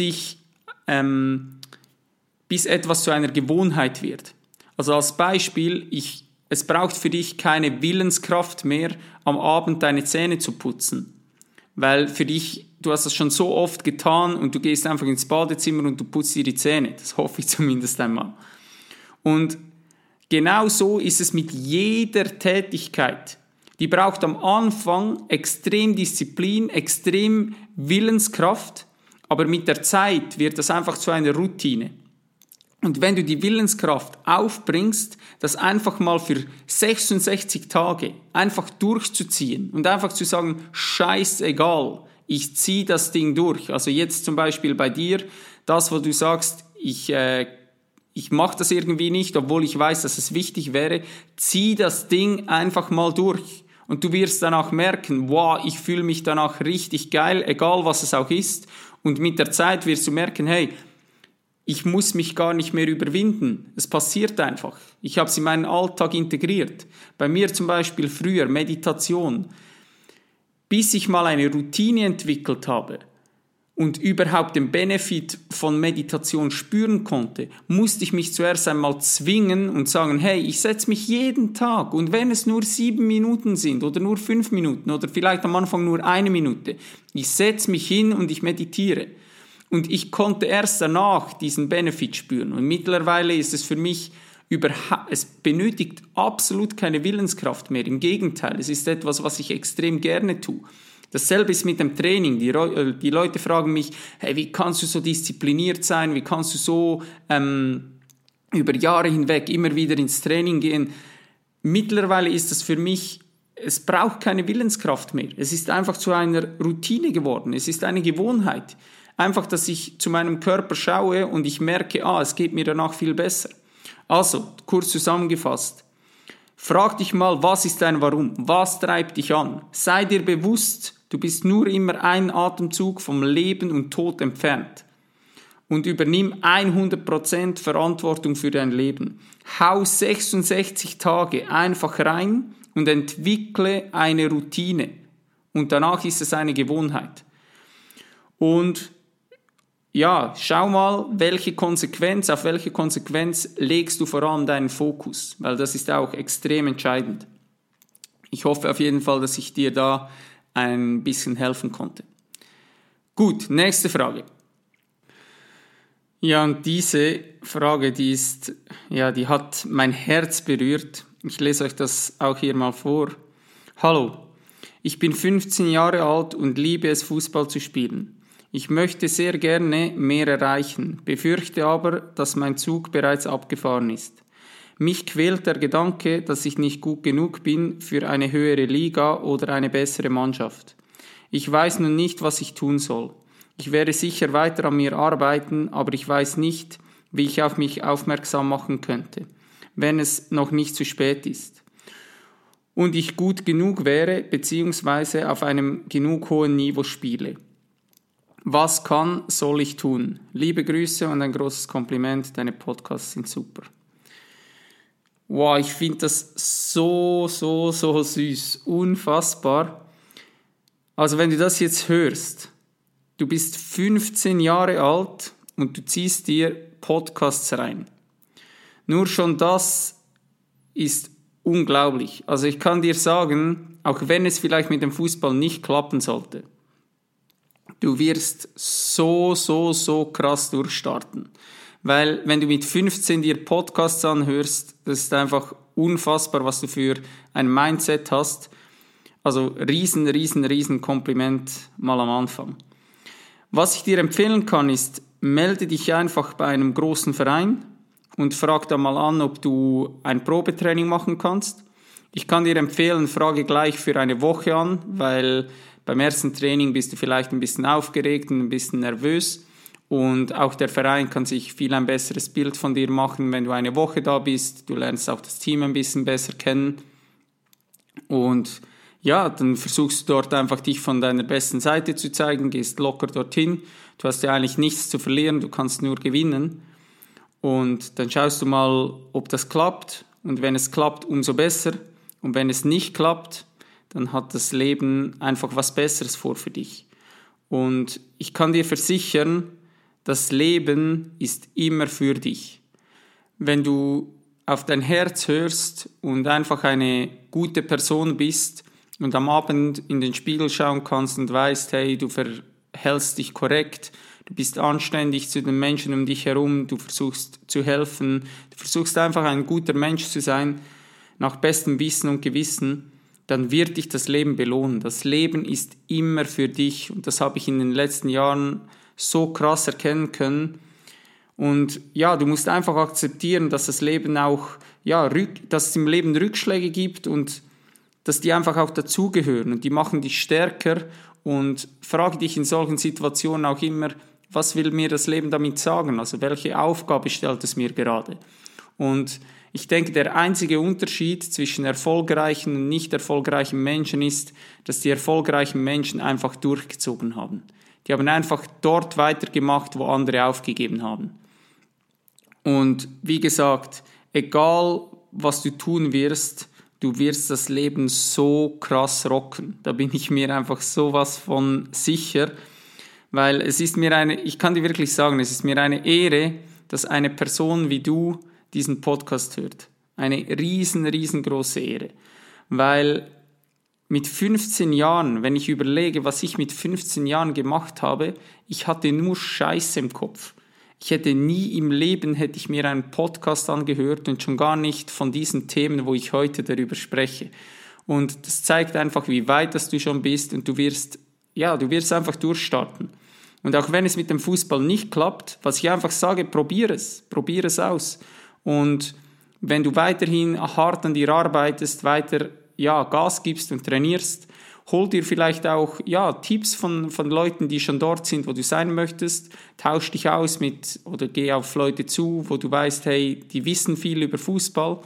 etwas zu einer Gewohnheit wird. Also als Beispiel, es braucht für dich keine Willenskraft mehr, am Abend deine Zähne zu putzen. Weil für dich, du hast das schon so oft getan und du gehst einfach ins Badezimmer und du putzt dir die Zähne. Das hoffe ich zumindest einmal. Und genau so ist es mit jeder Tätigkeit. Die braucht am Anfang extrem Disziplin, extrem Willenskraft, aber mit der Zeit wird das einfach zu einer Routine. Und wenn du die Willenskraft aufbringst, das einfach mal für 66 Tage einfach durchzuziehen und einfach zu sagen, scheißegal, ich ziehe das Ding durch. Also jetzt zum Beispiel bei dir, das, wo du sagst, ich mache das irgendwie nicht, obwohl ich weiß, dass es wichtig wäre, zieh das Ding einfach mal durch. Und du wirst danach merken, wow, ich fühle mich danach richtig geil, egal was es auch ist. Und mit der Zeit wirst du merken, hey, ich muss mich gar nicht mehr überwinden. Es passiert einfach. Ich habe es in meinen Alltag integriert. Bei mir zum Beispiel früher Meditation. Bis ich mal eine Routine entwickelt habe und überhaupt den Benefit von Meditation spüren konnte, musste ich mich zuerst einmal zwingen und sagen, hey, ich setze mich jeden Tag und wenn es nur 7 Minuten sind oder nur 5 Minuten oder vielleicht am Anfang nur 1 Minute, ich setze mich hin und ich meditiere. Und ich konnte erst danach diesen Benefit spüren. Und mittlerweile ist es für mich es benötigt absolut keine Willenskraft mehr. Im Gegenteil, es ist etwas, was ich extrem gerne tue. Dasselbe ist mit dem Training. Die Leute fragen mich, hey, wie kannst du so diszipliniert sein? Wie kannst du so über Jahre hinweg immer wieder ins Training gehen? Mittlerweile ist es für mich, es braucht keine Willenskraft mehr. Es ist einfach zu einer Routine geworden. Es ist eine Gewohnheit. Einfach, dass ich zu meinem Körper schaue und ich merke, es geht mir danach viel besser. Also, kurz zusammengefasst. Frag dich mal, was ist dein Warum? Was treibt dich an? Sei dir bewusst, du bist nur immer ein Atemzug vom Leben und Tod entfernt. Und übernimm 100% Verantwortung für dein Leben. Hau 66 Tage einfach rein und entwickle eine Routine. Und danach ist es eine Gewohnheit. Und ja, schau mal, auf welche Konsequenz legst du vor allem deinen Fokus, weil das ist auch extrem entscheidend. Ich hoffe auf jeden Fall, dass ich dir da ein bisschen helfen konnte. Gut, nächste Frage. Ja, und diese Frage, die hat mein Herz berührt. Ich lese euch das auch hier mal vor. Hallo, ich bin 15 Jahre alt und liebe es, Fußball zu spielen. Ich möchte sehr gerne mehr erreichen, befürchte aber, dass mein Zug bereits abgefahren ist. Mich quält der Gedanke, dass ich nicht gut genug bin für eine höhere Liga oder eine bessere Mannschaft. Ich weiß nun nicht, was ich tun soll. Ich werde sicher weiter an mir arbeiten, aber ich weiß nicht, wie ich auf mich aufmerksam machen könnte, wenn es noch nicht zu spät ist. Und ich gut genug wäre, beziehungsweise auf einem genug hohen Niveau spiele. Was soll ich tun? Liebe Grüße und ein großes Kompliment, deine Podcasts sind super. Wow, ich finde das so süß, unfassbar. Also wenn du das jetzt hörst, du bist 15 Jahre alt und du ziehst dir Podcasts rein. Nur schon das ist unglaublich. Also ich kann dir sagen, auch wenn es vielleicht mit dem Fußball nicht klappen sollte, du wirst so krass durchstarten. weil wenn du mit 15 dir Podcasts anhörst, das ist einfach unfassbar, was du für ein Mindset hast. Also riesen Kompliment mal am Anfang. Was ich dir empfehlen kann, ist, melde dich einfach bei einem großen Verein und frag da mal an, ob du ein Probetraining machen kannst. Ich kann dir empfehlen, frage gleich für eine Woche an, weil beim ersten Training bist du vielleicht ein bisschen aufgeregt und ein bisschen nervös. Und auch der Verein kann sich viel ein besseres Bild von dir machen, wenn du eine Woche da bist. Du lernst auch das Team ein bisschen besser kennen. Und ja, dann versuchst du dort einfach dich von deiner besten Seite zu zeigen, gehst locker dorthin. Du hast ja eigentlich nichts zu verlieren, du kannst nur gewinnen. Und dann schaust du mal, ob das klappt. Und wenn es klappt, umso besser. Und wenn es nicht klappt, dann hat das Leben einfach was Besseres vor für dich. Und ich kann dir versichern, das Leben ist immer für dich. Wenn du auf dein Herz hörst und einfach eine gute Person bist und am Abend in den Spiegel schauen kannst und weißt, hey, du verhältst dich korrekt, du bist anständig zu den Menschen um dich herum, du versuchst zu helfen, du versuchst einfach ein guter Mensch zu sein, nach bestem Wissen und Gewissen, dann wird dich das Leben belohnen. Das Leben ist immer für dich und das habe ich in den letzten Jahren so krass erkennen können. Und ja, du musst einfach akzeptieren, dass das Leben auch, dass es im Leben Rückschläge gibt und dass die einfach auch dazugehören und die machen dich stärker. Und frage dich in solchen Situationen auch immer, was will mir das Leben damit sagen? Also welche Aufgabe stellt es mir gerade? Und ich denke, der einzige Unterschied zwischen erfolgreichen und nicht erfolgreichen Menschen ist, dass die erfolgreichen Menschen einfach durchgezogen haben. Die haben einfach dort weitergemacht, wo andere aufgegeben haben. Und wie gesagt, egal was du tun wirst, du wirst das Leben so krass rocken. Da bin ich mir einfach sowas von sicher, weil ich kann dir wirklich sagen, es ist mir eine Ehre, dass eine Person wie du diesen Podcast hört. Eine riesengroße Ehre. Weil mit 15 Jahren, wenn ich überlege, was ich mit 15 Jahren gemacht habe, ich hatte nur Scheiße im Kopf. Hätte ich mir einen Podcast angehört und schon gar nicht von diesen Themen, wo ich heute darüber spreche. Und das zeigt einfach, wie weit das du schon bist und du wirst einfach durchstarten. Und auch wenn es mit dem Fußball nicht klappt, was ich einfach sage, probier es aus. Und wenn du weiterhin hart an dir arbeitest, weiter Gas gibst und trainierst, hol dir vielleicht auch Tipps von Leuten, die schon dort sind, wo du sein möchtest, tausch dich aus oder geh auf Leute zu, wo du weißt, hey, die wissen viel über Fußball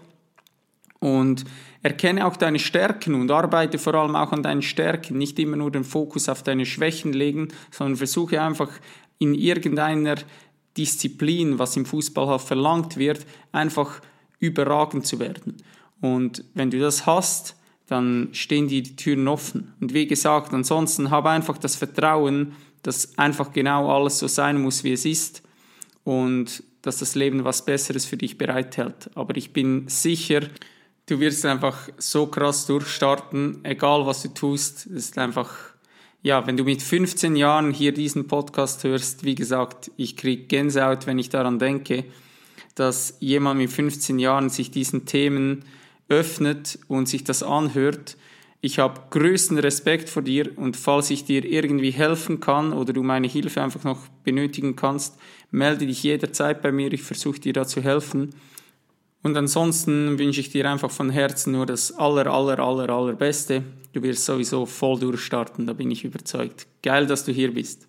und erkenne auch deine Stärken und arbeite vor allem auch an deinen Stärken, nicht immer nur den Fokus auf deine Schwächen legen, sondern versuche einfach in irgendeiner Disziplin, was im Fußball halt verlangt wird, einfach überragend zu werden. Und wenn du das hast, dann stehen dir die Türen offen. Und wie gesagt, ansonsten habe einfach das Vertrauen, dass einfach genau alles so sein muss, wie es ist und dass das Leben was Besseres für dich bereithält. Aber ich bin sicher, du wirst einfach so krass durchstarten, egal was du tust. Es ist einfach, wenn du mit 15 Jahren hier diesen Podcast hörst, wie gesagt, ich kriege Gänsehaut, wenn ich daran denke, dass jemand mit 15 Jahren sich diesen Themen öffnet und sich das anhört. Ich habe größten Respekt vor dir und falls ich dir irgendwie helfen kann oder du meine Hilfe einfach noch benötigen kannst, melde dich jederzeit bei mir, ich versuche dir da zu helfen. Und ansonsten wünsche ich dir einfach von Herzen nur das Allerbeste. Du wirst sowieso voll durchstarten, da bin ich überzeugt. Geil, dass du hier bist.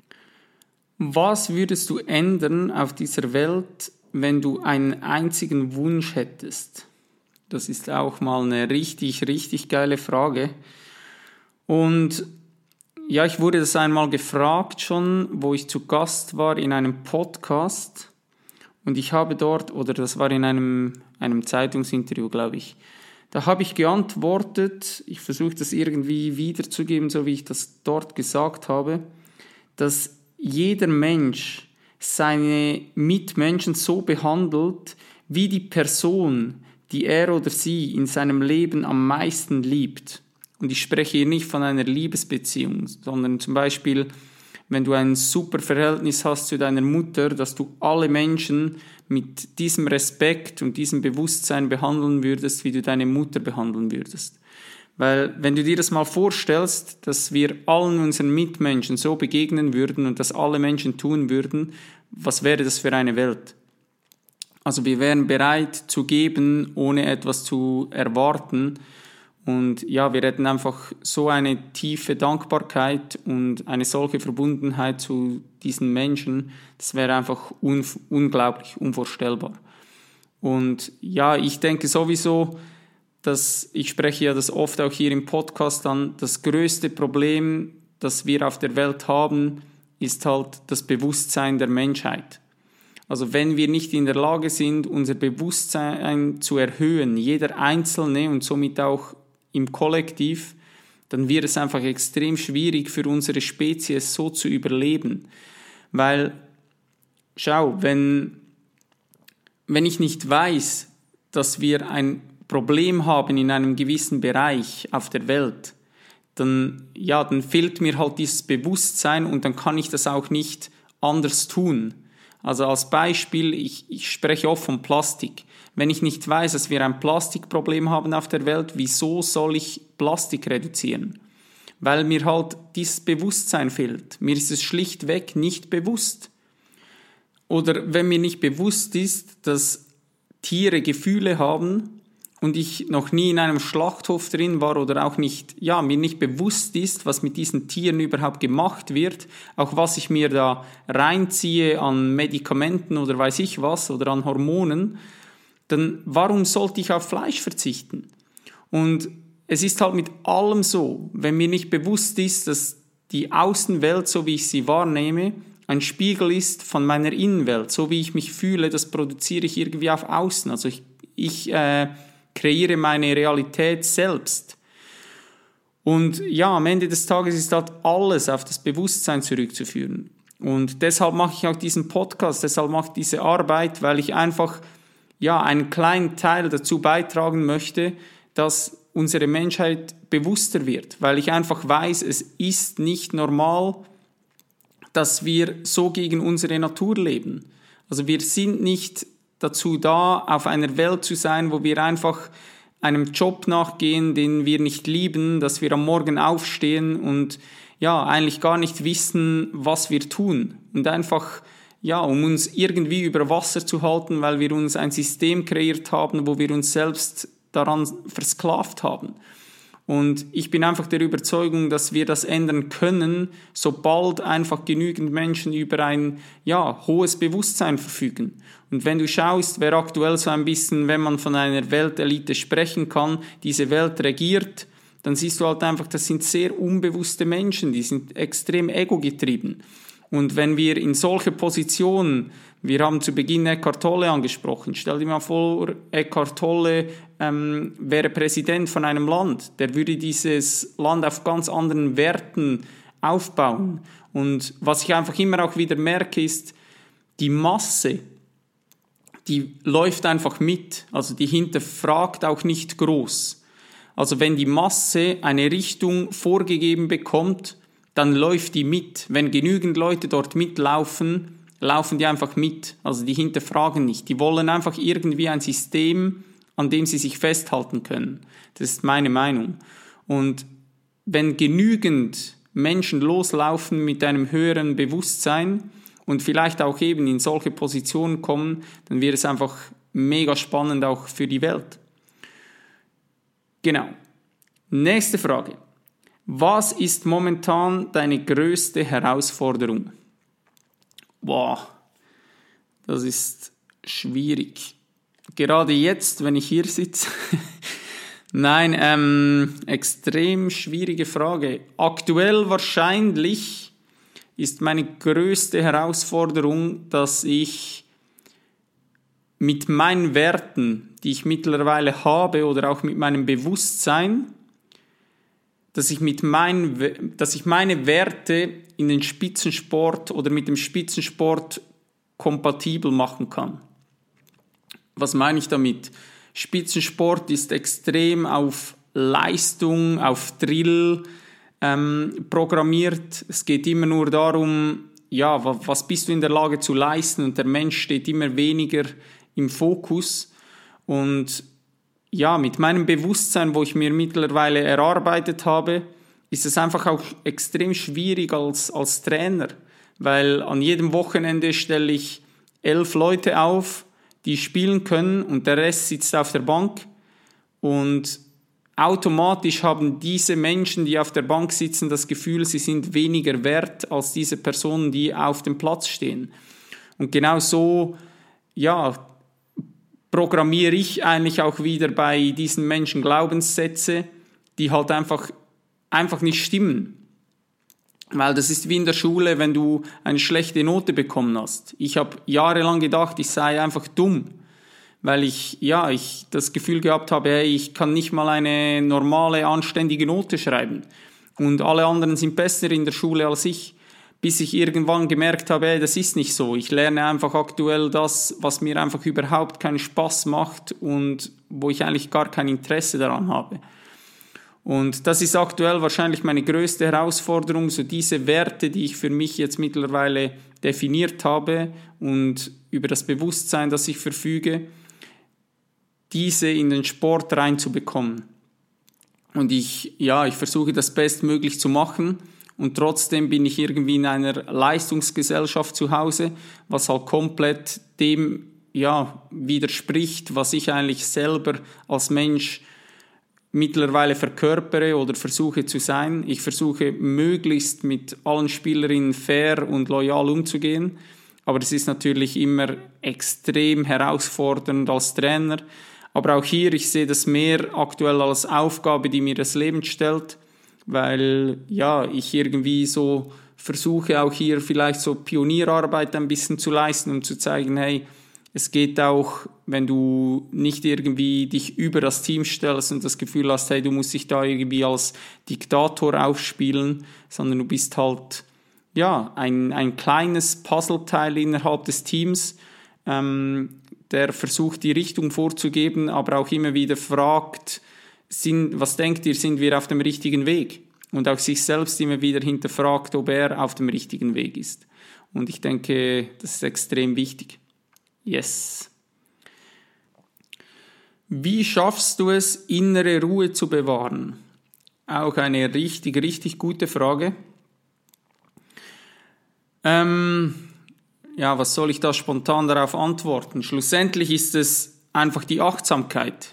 Was würdest du ändern auf dieser Welt, wenn du einen einzigen Wunsch hättest? Das ist auch mal eine richtig geile Frage. Und ich wurde das einmal gefragt schon, wo ich zu Gast war in einem Podcast. Und ich habe dort, oder das war in einem Zeitungsinterview, glaube ich, da habe ich geantwortet, ich versuche das irgendwie wiederzugeben, so wie ich das dort gesagt habe, dass jeder Mensch seine Mitmenschen so behandelt, wie die Person, die er oder sie in seinem Leben am meisten liebt. Und ich spreche hier nicht von einer Liebesbeziehung, sondern zum Beispiel, wenn du ein super Verhältnis hast zu deiner Mutter, dass du alle Menschen mit diesem Respekt und diesem Bewusstsein behandeln würdest, wie du deine Mutter behandeln würdest. Weil wenn du dir das mal vorstellst, dass wir allen unseren Mitmenschen so begegnen würden und das alle Menschen tun würden, was wäre das für eine Welt? Also wir wären bereit zu geben, ohne etwas zu erwarten. Und ja, wir hätten einfach so eine tiefe Dankbarkeit und eine solche Verbundenheit zu diesen Menschen. Das wäre einfach unglaublich, unvorstellbar. Und ja, ich denke sowieso, ich spreche ja das oft auch hier im Podcast an, das größte Problem, das wir auf der Welt haben, ist halt das Bewusstsein der Menschheit. Also wenn wir nicht in der Lage sind, unser Bewusstsein zu erhöhen, jeder Einzelne und somit auch im Kollektiv, dann wird es einfach extrem schwierig für unsere Spezies so zu überleben. Weil, schau, wenn ich nicht weiß, dass wir ein Problem haben in einem gewissen Bereich auf der Welt, dann fehlt mir halt dieses Bewusstsein und dann kann ich das auch nicht anders tun. Also als Beispiel, ich spreche oft von Plastik. Wenn ich nicht weiß, dass wir ein Plastikproblem haben auf der Welt, wieso soll ich Plastik reduzieren? Weil mir halt dieses Bewusstsein fehlt. Mir ist es schlichtweg nicht bewusst. Oder wenn mir nicht bewusst ist, dass Tiere Gefühle haben und ich noch nie in einem Schlachthof drin war oder auch nicht, mir nicht bewusst ist, was mit diesen Tieren überhaupt gemacht wird, auch was ich mir da reinziehe an Medikamenten oder weiß ich was oder an Hormonen, dann warum sollte ich auf Fleisch verzichten? Und es ist halt mit allem so, wenn mir nicht bewusst ist, dass die Außenwelt, so wie ich sie wahrnehme, ein Spiegel ist von meiner Innenwelt, so wie ich mich fühle, das produziere ich irgendwie auf Außen. Also ich kreiere meine Realität selbst. Und ja, am Ende des Tages ist halt alles auf das Bewusstsein zurückzuführen. Und deshalb mache ich auch diesen Podcast, deshalb mache ich diese Arbeit, weil ich einfach einen kleinen Teil dazu beitragen möchte, dass unsere Menschheit bewusster wird. Weil ich einfach weiß, es ist nicht normal, dass wir so gegen unsere Natur leben. Also wir sind nicht dazu da, auf einer Welt zu sein, wo wir einfach einem Job nachgehen, den wir nicht lieben, dass wir am Morgen aufstehen und eigentlich gar nicht wissen, was wir tun. Und einfach, um uns irgendwie über Wasser zu halten, weil wir uns ein System kreiert haben, wo wir uns selbst daran versklavt haben. Und ich bin einfach der Überzeugung, dass wir das ändern können, sobald einfach genügend Menschen über ein hohes Bewusstsein verfügen. Und wenn du schaust, wer aktuell so ein bisschen, wenn man von einer Weltelite sprechen kann, diese Welt regiert, dann siehst du halt einfach, das sind sehr unbewusste Menschen, die sind extrem egogetrieben. Und wenn wir in solche Positionen, wir haben zu Beginn Eckhart Tolle angesprochen, stell dir mal vor, Eckhart Tolle wäre Präsident von einem Land, der würde dieses Land auf ganz anderen Werten aufbauen. Und was ich einfach immer auch wieder merke, ist, die Masse, die läuft einfach mit, also die hinterfragt auch nicht groß. Also wenn die Masse eine Richtung vorgegeben bekommt, dann läuft die mit. Wenn genügend Leute dort mitlaufen, laufen die einfach mit. Also die hinterfragen nicht. Die wollen einfach irgendwie ein System, an dem sie sich festhalten können. Das ist meine Meinung. Und wenn genügend Menschen loslaufen mit einem höheren Bewusstsein und vielleicht auch eben in solche Positionen kommen, dann wird es einfach mega spannend auch für die Welt. Genau. Nächste Frage. Was ist momentan deine größte Herausforderung? Boah, das ist schwierig. Gerade jetzt, wenn ich hier sitze. Nein, extrem schwierige Frage. Aktuell wahrscheinlich ist meine größte Herausforderung, dass ich mit meinen Werten, die ich mittlerweile habe, oder auch mit meinem Bewusstsein, dass ich meine Werte in den Spitzensport oder mit dem Spitzensport kompatibel machen kann. Was meine ich damit? Spitzensport ist extrem auf Leistung, auf Drill programmiert. Es geht immer nur darum, ja, was bist du in der Lage zu leisten, und der Mensch steht immer weniger im Fokus. Und ja, mit meinem Bewusstsein, wo ich mir mittlerweile erarbeitet habe, ist es einfach auch extrem schwierig als Trainer, weil an jedem Wochenende stelle ich 11 Leute auf, die spielen können, und der Rest sitzt auf der Bank, und automatisch haben diese Menschen, die auf der Bank sitzen, das Gefühl, sie sind weniger wert als diese Personen, die auf dem Platz stehen. Und genau so, ja, programmiere ich eigentlich auch wieder bei diesen Menschen Glaubenssätze, die halt einfach nicht stimmen. Weil das ist wie in der Schule, wenn du eine schlechte Note bekommen hast. Ich habe jahrelang gedacht, ich sei einfach dumm, weil ich das Gefühl gehabt habe, hey, ich kann nicht mal eine normale, anständige Note schreiben. Und alle anderen sind besser in der Schule als ich, bis ich irgendwann gemerkt habe, hey, das ist nicht so. Ich lerne einfach aktuell das, was mir einfach überhaupt keinen Spaß macht und wo ich eigentlich gar kein Interesse daran habe. Und das ist aktuell wahrscheinlich meine größte Herausforderung, so diese Werte, die ich für mich jetzt mittlerweile definiert habe und über das Bewusstsein, das ich verfüge, diese in den Sport reinzubekommen. Und ich versuche das bestmöglich zu machen, und trotzdem bin ich irgendwie in einer Leistungsgesellschaft zu Hause, was halt komplett dem widerspricht, was ich eigentlich selber als Mensch mittlerweile verkörpere oder versuche zu sein. Ich versuche möglichst mit allen Spielerinnen fair und loyal umzugehen, aber es ist natürlich immer extrem herausfordernd als Trainer. Aber auch hier, ich sehe das mehr aktuell als Aufgabe, die mir das Leben stellt, weil ich irgendwie so versuche auch hier vielleicht so Pionierarbeit ein bisschen zu leisten, um zu zeigen, hey, es geht auch, wenn du nicht irgendwie dich über das Team stellst und das Gefühl hast, hey, du musst dich da irgendwie als Diktator aufspielen, sondern du bist halt ein kleines Puzzleteil innerhalb des Teams, der versucht, die Richtung vorzugeben, aber auch immer wieder fragt, was denkt ihr, sind wir auf dem richtigen Weg? Und auch sich selbst immer wieder hinterfragt, ob er auf dem richtigen Weg ist. Und ich denke, das ist extrem wichtig. Yes. Wie schaffst du es, innere Ruhe zu bewahren? Auch eine richtig, richtig gute Frage. Was soll ich da spontan darauf antworten? Schlussendlich ist es einfach die Achtsamkeit.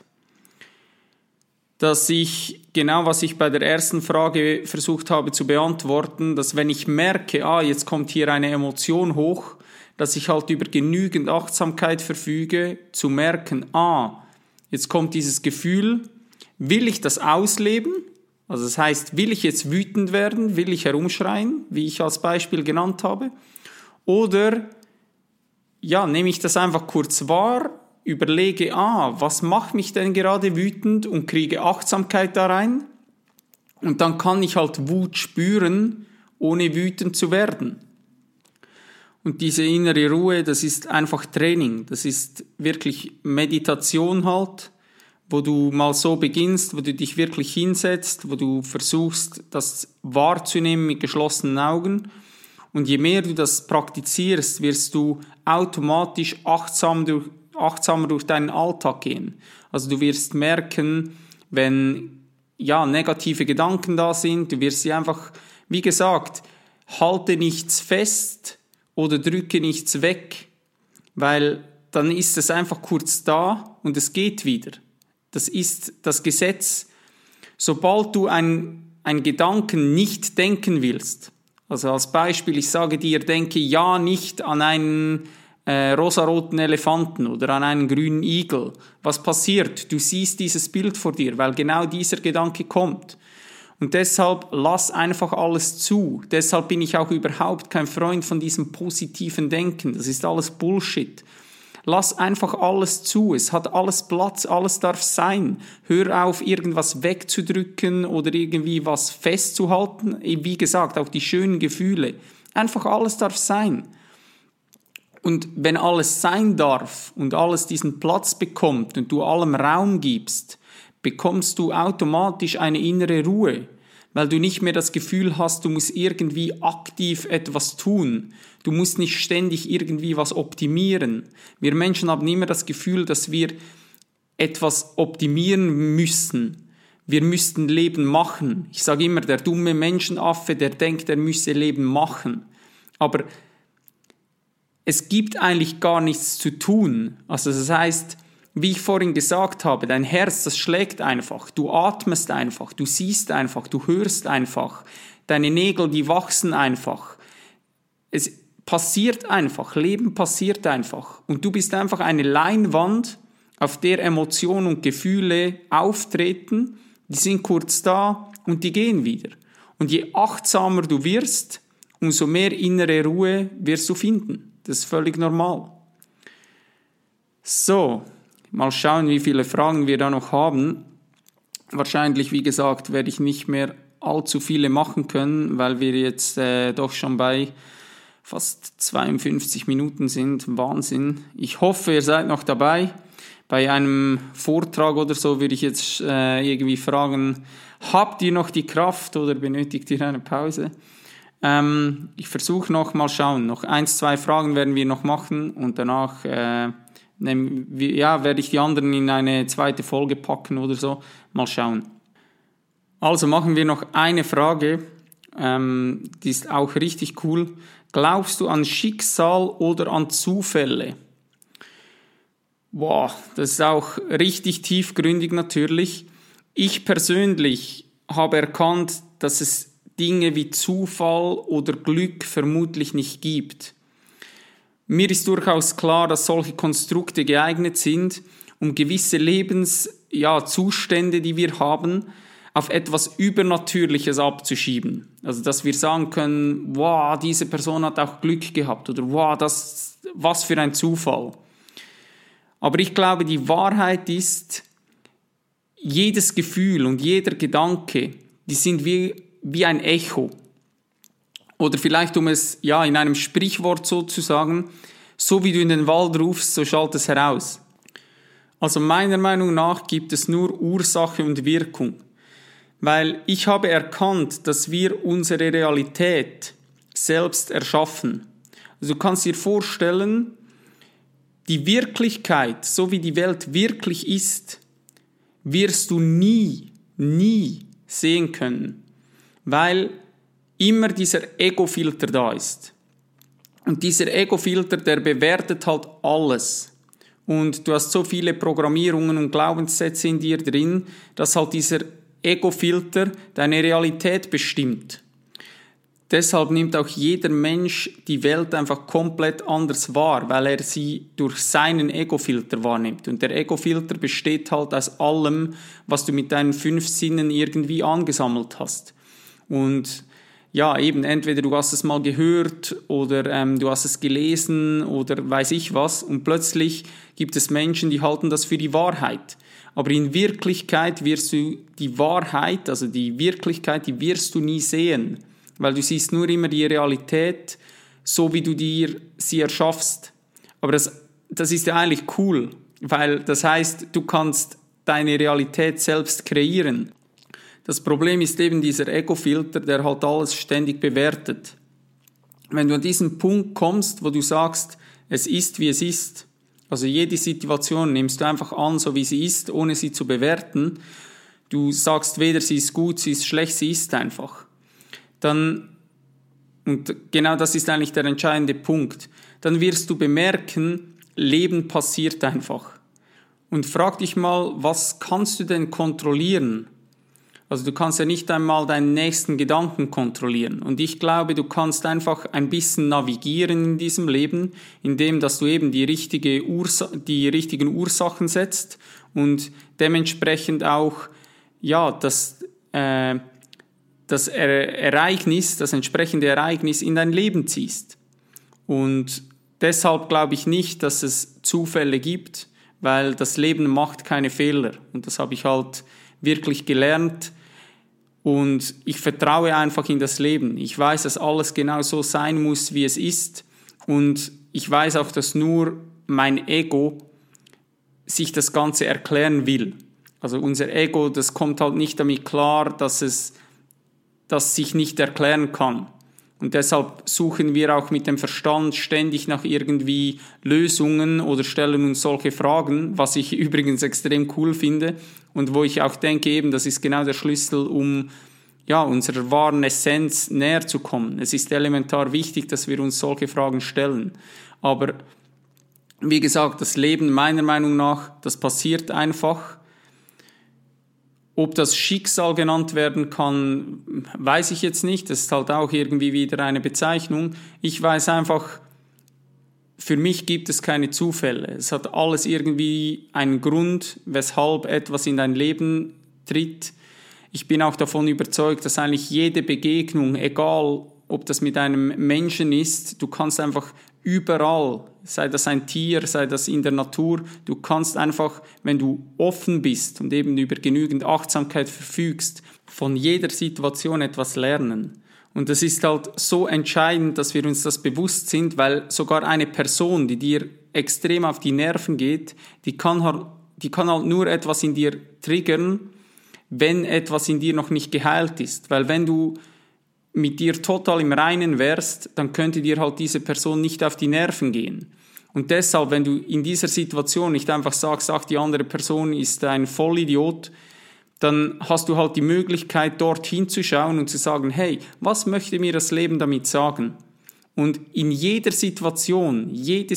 Dass ich, genau was ich bei der ersten Frage versucht habe zu beantworten, dass wenn ich merke, jetzt kommt hier eine Emotion hoch, dass ich halt über genügend Achtsamkeit verfüge, zu merken, jetzt kommt dieses Gefühl, will ich das ausleben? Also das heißt, will ich jetzt wütend werden? Will ich herumschreien, wie ich als Beispiel genannt habe? Oder nehme ich das einfach kurz wahr, überlege, was macht mich denn gerade wütend, und kriege Achtsamkeit da rein? Und dann kann ich halt Wut spüren, ohne wütend zu werden. Und diese innere Ruhe, das ist einfach Training. Das ist wirklich Meditation halt, wo du mal so beginnst, wo du dich wirklich hinsetzt, wo du versuchst, das wahrzunehmen mit geschlossenen Augen. Und je mehr du das praktizierst, wirst du automatisch achtsamer durch deinen Alltag gehen. Also du wirst merken, wenn negative Gedanken da sind, du wirst sie einfach, wie gesagt, halte nichts fest oder drücke nichts weg, weil dann ist es einfach kurz da und es geht wieder. Das ist das Gesetz. Sobald du einen Gedanken nicht denken willst, also als Beispiel, ich sage dir, denke nicht an einen rosaroten Elefanten oder an einen grünen Igel. Was passiert? Du siehst dieses Bild vor dir, weil genau dieser Gedanke kommt. Und deshalb lass einfach alles zu. Deshalb bin ich auch überhaupt kein Freund von diesem positiven Denken. Das ist alles Bullshit. Lass einfach alles zu. Es hat alles Platz, alles darf sein. Hör auf, irgendwas wegzudrücken oder irgendwie was festzuhalten. Wie gesagt, auch die schönen Gefühle. Einfach alles darf sein. Und wenn alles sein darf und alles diesen Platz bekommt und du allem Raum gibst, bekommst du automatisch eine innere Ruhe. weil du nicht mehr das Gefühl hast, du musst irgendwie aktiv etwas tun. Du musst nicht ständig irgendwie was optimieren. Wir Menschen haben immer das Gefühl, dass wir etwas optimieren müssen. Wir müssten Leben machen. Ich sage immer, der dumme Menschenaffe, der denkt, er müsse Leben machen. Aber es gibt eigentlich gar nichts zu tun. Also das heißt, wie ich vorhin gesagt habe, dein Herz, das schlägt einfach. Du atmest einfach, du siehst einfach, du hörst einfach. Deine Nägel, die wachsen einfach. Es passiert einfach, Leben passiert einfach. Und du bist einfach eine Leinwand, auf der Emotionen und Gefühle auftreten. Die sind kurz da und die gehen wieder. Und je achtsamer du wirst, umso mehr innere Ruhe wirst du finden. Das ist völlig normal. So, mal schauen, wie viele Fragen wir da noch haben. Wahrscheinlich, wie gesagt, werde ich nicht mehr allzu viele machen können, weil wir jetzt doch schon bei fast 52 Minuten sind. Wahnsinn. Ich hoffe, ihr seid noch dabei. Bei einem Vortrag oder so würde ich jetzt irgendwie fragen, habt ihr noch die Kraft oder benötigt ihr eine Pause? Ich versuche noch, mal schauen. Noch 1, 2 Fragen werden wir noch machen und danach werde ich die anderen in eine zweite Folge packen oder so. Mal schauen. Also machen wir noch eine Frage. Die ist auch richtig cool. Glaubst du an Schicksal oder an Zufälle? Boah, das ist auch richtig tiefgründig natürlich. Ich persönlich habe erkannt, dass es Dinge wie Zufall oder Glück vermutlich nicht gibt. Mir ist durchaus klar, dass solche Konstrukte geeignet sind, um gewisse Lebenszustände, die wir haben, auf etwas Übernatürliches abzuschieben. Also, dass wir sagen können, wow, diese Person hat auch Glück gehabt oder wow, was für ein Zufall. Aber ich glaube, die Wahrheit ist, jedes Gefühl und jeder Gedanke, die sind wie ein Echo. Oder vielleicht, um es in einem Sprichwort so zu sagen, so wie du in den Wald rufst, so schallt es heraus. Also meiner Meinung nach gibt es nur Ursache und Wirkung. Weil ich habe erkannt, dass wir unsere Realität selbst erschaffen. Also du kannst dir vorstellen, die Wirklichkeit, so wie die Welt wirklich ist, wirst du nie sehen können, weil immer dieser Ego-Filter da ist. Und dieser Ego-Filter, der bewertet halt alles. Und du hast so viele Programmierungen und Glaubenssätze in dir drin, dass halt dieser Ego-Filter deine Realität bestimmt. Deshalb nimmt auch jeder Mensch die Welt einfach komplett anders wahr, weil er sie durch seinen Ego-Filter wahrnimmt. Und der Ego-Filter besteht halt aus allem, was du mit deinen 5 Sinnen irgendwie angesammelt hast. Und ja, eben entweder du hast es mal gehört oder du hast es gelesen oder weiß ich was. Und plötzlich gibt es Menschen, die halten das für die Wahrheit. Aber in Wirklichkeit wirst du die Wahrheit, also die Wirklichkeit, die wirst du nie sehen. Weil du siehst nur immer die Realität, so wie du dir sie erschaffst. Aber das ist ja eigentlich cool, weil das heißt, du kannst deine Realität selbst kreieren. Das Problem ist eben dieser Ego-Filter, der halt alles ständig bewertet. Wenn du an diesen Punkt kommst, wo du sagst, es ist, wie es ist, also jede Situation nimmst du einfach an, so wie sie ist, ohne sie zu bewerten. Du sagst weder, sie ist gut, sie ist schlecht, sie ist einfach. Und genau das ist eigentlich der entscheidende Punkt, dann wirst du bemerken, Leben passiert einfach. Und frag dich mal, was kannst du denn kontrollieren? Also du kannst ja nicht einmal deinen nächsten Gedanken kontrollieren. Und ich glaube, du kannst einfach ein bisschen navigieren in diesem Leben, indem dass du eben die richtigen Ursachen setzt und dementsprechend auch das entsprechende Ereignis in dein Leben ziehst. Und deshalb glaube ich nicht, dass es Zufälle gibt, weil das Leben macht keine Fehler. Und das habe ich halt wirklich gelernt. Und ich vertraue einfach in das Leben. Ich weiß, dass alles genau so sein muss, wie es ist. Und ich weiß auch, dass nur mein Ego sich das Ganze erklären will. Also unser Ego, das kommt halt nicht damit klar, dass es das sich nicht erklären kann. Und deshalb suchen wir auch mit dem Verstand ständig nach irgendwie Lösungen oder stellen uns solche Fragen, was ich übrigens extrem cool finde und wo ich auch denke, eben, das ist genau der Schlüssel, um unserer wahren Essenz näher zu kommen. Es ist elementar wichtig, dass wir uns solche Fragen stellen. Aber wie gesagt, das Leben meiner Meinung nach, das passiert einfach. Ob das Schicksal genannt werden kann, weiß ich jetzt nicht. Das ist halt auch irgendwie wieder eine Bezeichnung. Ich weiß einfach, für mich gibt es keine Zufälle. Es hat alles irgendwie einen Grund, weshalb etwas in dein Leben tritt. Ich bin auch davon überzeugt, dass eigentlich jede Begegnung, egal ob das mit einem Menschen ist, du kannst einfach überall, sei das ein Tier, sei das in der Natur, du kannst einfach, wenn du offen bist und eben über genügend Achtsamkeit verfügst, von jeder Situation etwas lernen. Und das ist halt so entscheidend, dass wir uns das bewusst sind, weil sogar eine Person, die dir extrem auf die Nerven geht, die kann halt nur etwas in dir triggern, wenn etwas in dir noch nicht geheilt ist. Weil wenn du mit dir total im Reinen wärst, dann könnte dir halt diese Person nicht auf die Nerven gehen. Und deshalb, wenn du in dieser Situation nicht einfach sagst, ach, die andere Person ist ein Vollidiot, dann hast du halt die Möglichkeit, dort hinzuschauen und zu sagen, hey, was möchte mir das Leben damit sagen? Und in jede Situation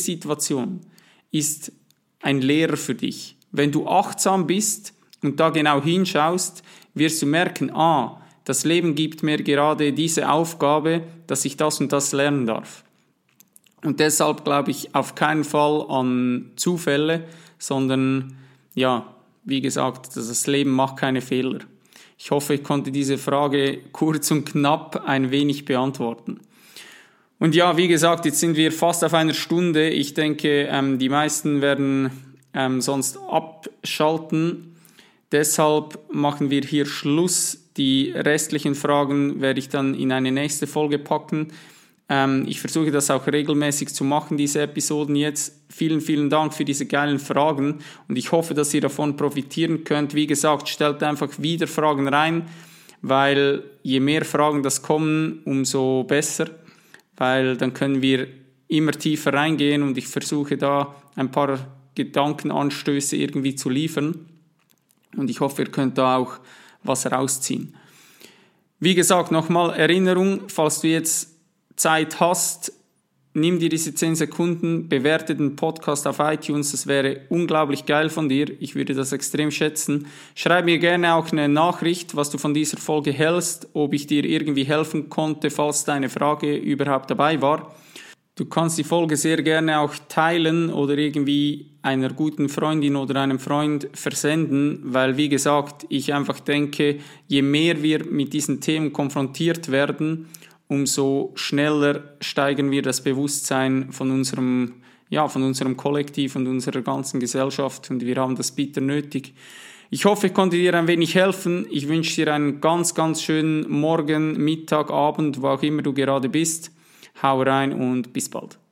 ist ein Lehrer für dich. Wenn du achtsam bist und da genau hinschaust, wirst du merken, das Leben gibt mir gerade diese Aufgabe, dass ich das und das lernen darf. Und deshalb glaube ich auf keinen Fall an Zufälle, sondern wie gesagt, das Leben macht keine Fehler. Ich hoffe, ich konnte diese Frage kurz und knapp ein wenig beantworten. Und ja, wie gesagt, jetzt sind wir fast auf einer Stunde. Ich denke, die meisten werden sonst abschalten. Deshalb machen wir hier Schluss. Die restlichen Fragen werde ich dann in eine nächste Folge packen. Ich versuche das auch regelmäßig zu machen, diese Episoden jetzt. Vielen, vielen Dank für diese geilen Fragen und ich hoffe, dass ihr davon profitieren könnt. Wie gesagt, stellt einfach wieder Fragen rein, weil je mehr Fragen das kommen, umso besser, weil dann können wir immer tiefer reingehen und ich versuche da ein paar Gedankenanstöße irgendwie zu liefern und ich hoffe, ihr könnt da auch was rausziehen. Wie gesagt, nochmal Erinnerung, falls du jetzt Zeit hast, nimm dir diese 10 Sekunden, bewerte den Podcast auf iTunes, das wäre unglaublich geil von dir, ich würde das extrem schätzen. Schreib mir gerne auch eine Nachricht, was du von dieser Folge hältst, ob ich dir irgendwie helfen konnte, falls deine Frage überhaupt dabei war. Du kannst die Folge sehr gerne auch teilen oder irgendwie einer guten Freundin oder einem Freund versenden, weil, wie gesagt, ich einfach denke, je mehr wir mit diesen Themen konfrontiert werden, umso schneller steigern wir das Bewusstsein von unserem Kollektiv und unserer ganzen Gesellschaft und wir haben das bitter nötig. Ich hoffe, ich konnte dir ein wenig helfen. Ich wünsche dir einen ganz, ganz schönen Morgen, Mittag, Abend, wo auch immer du gerade bist. Hau rein und bis bald.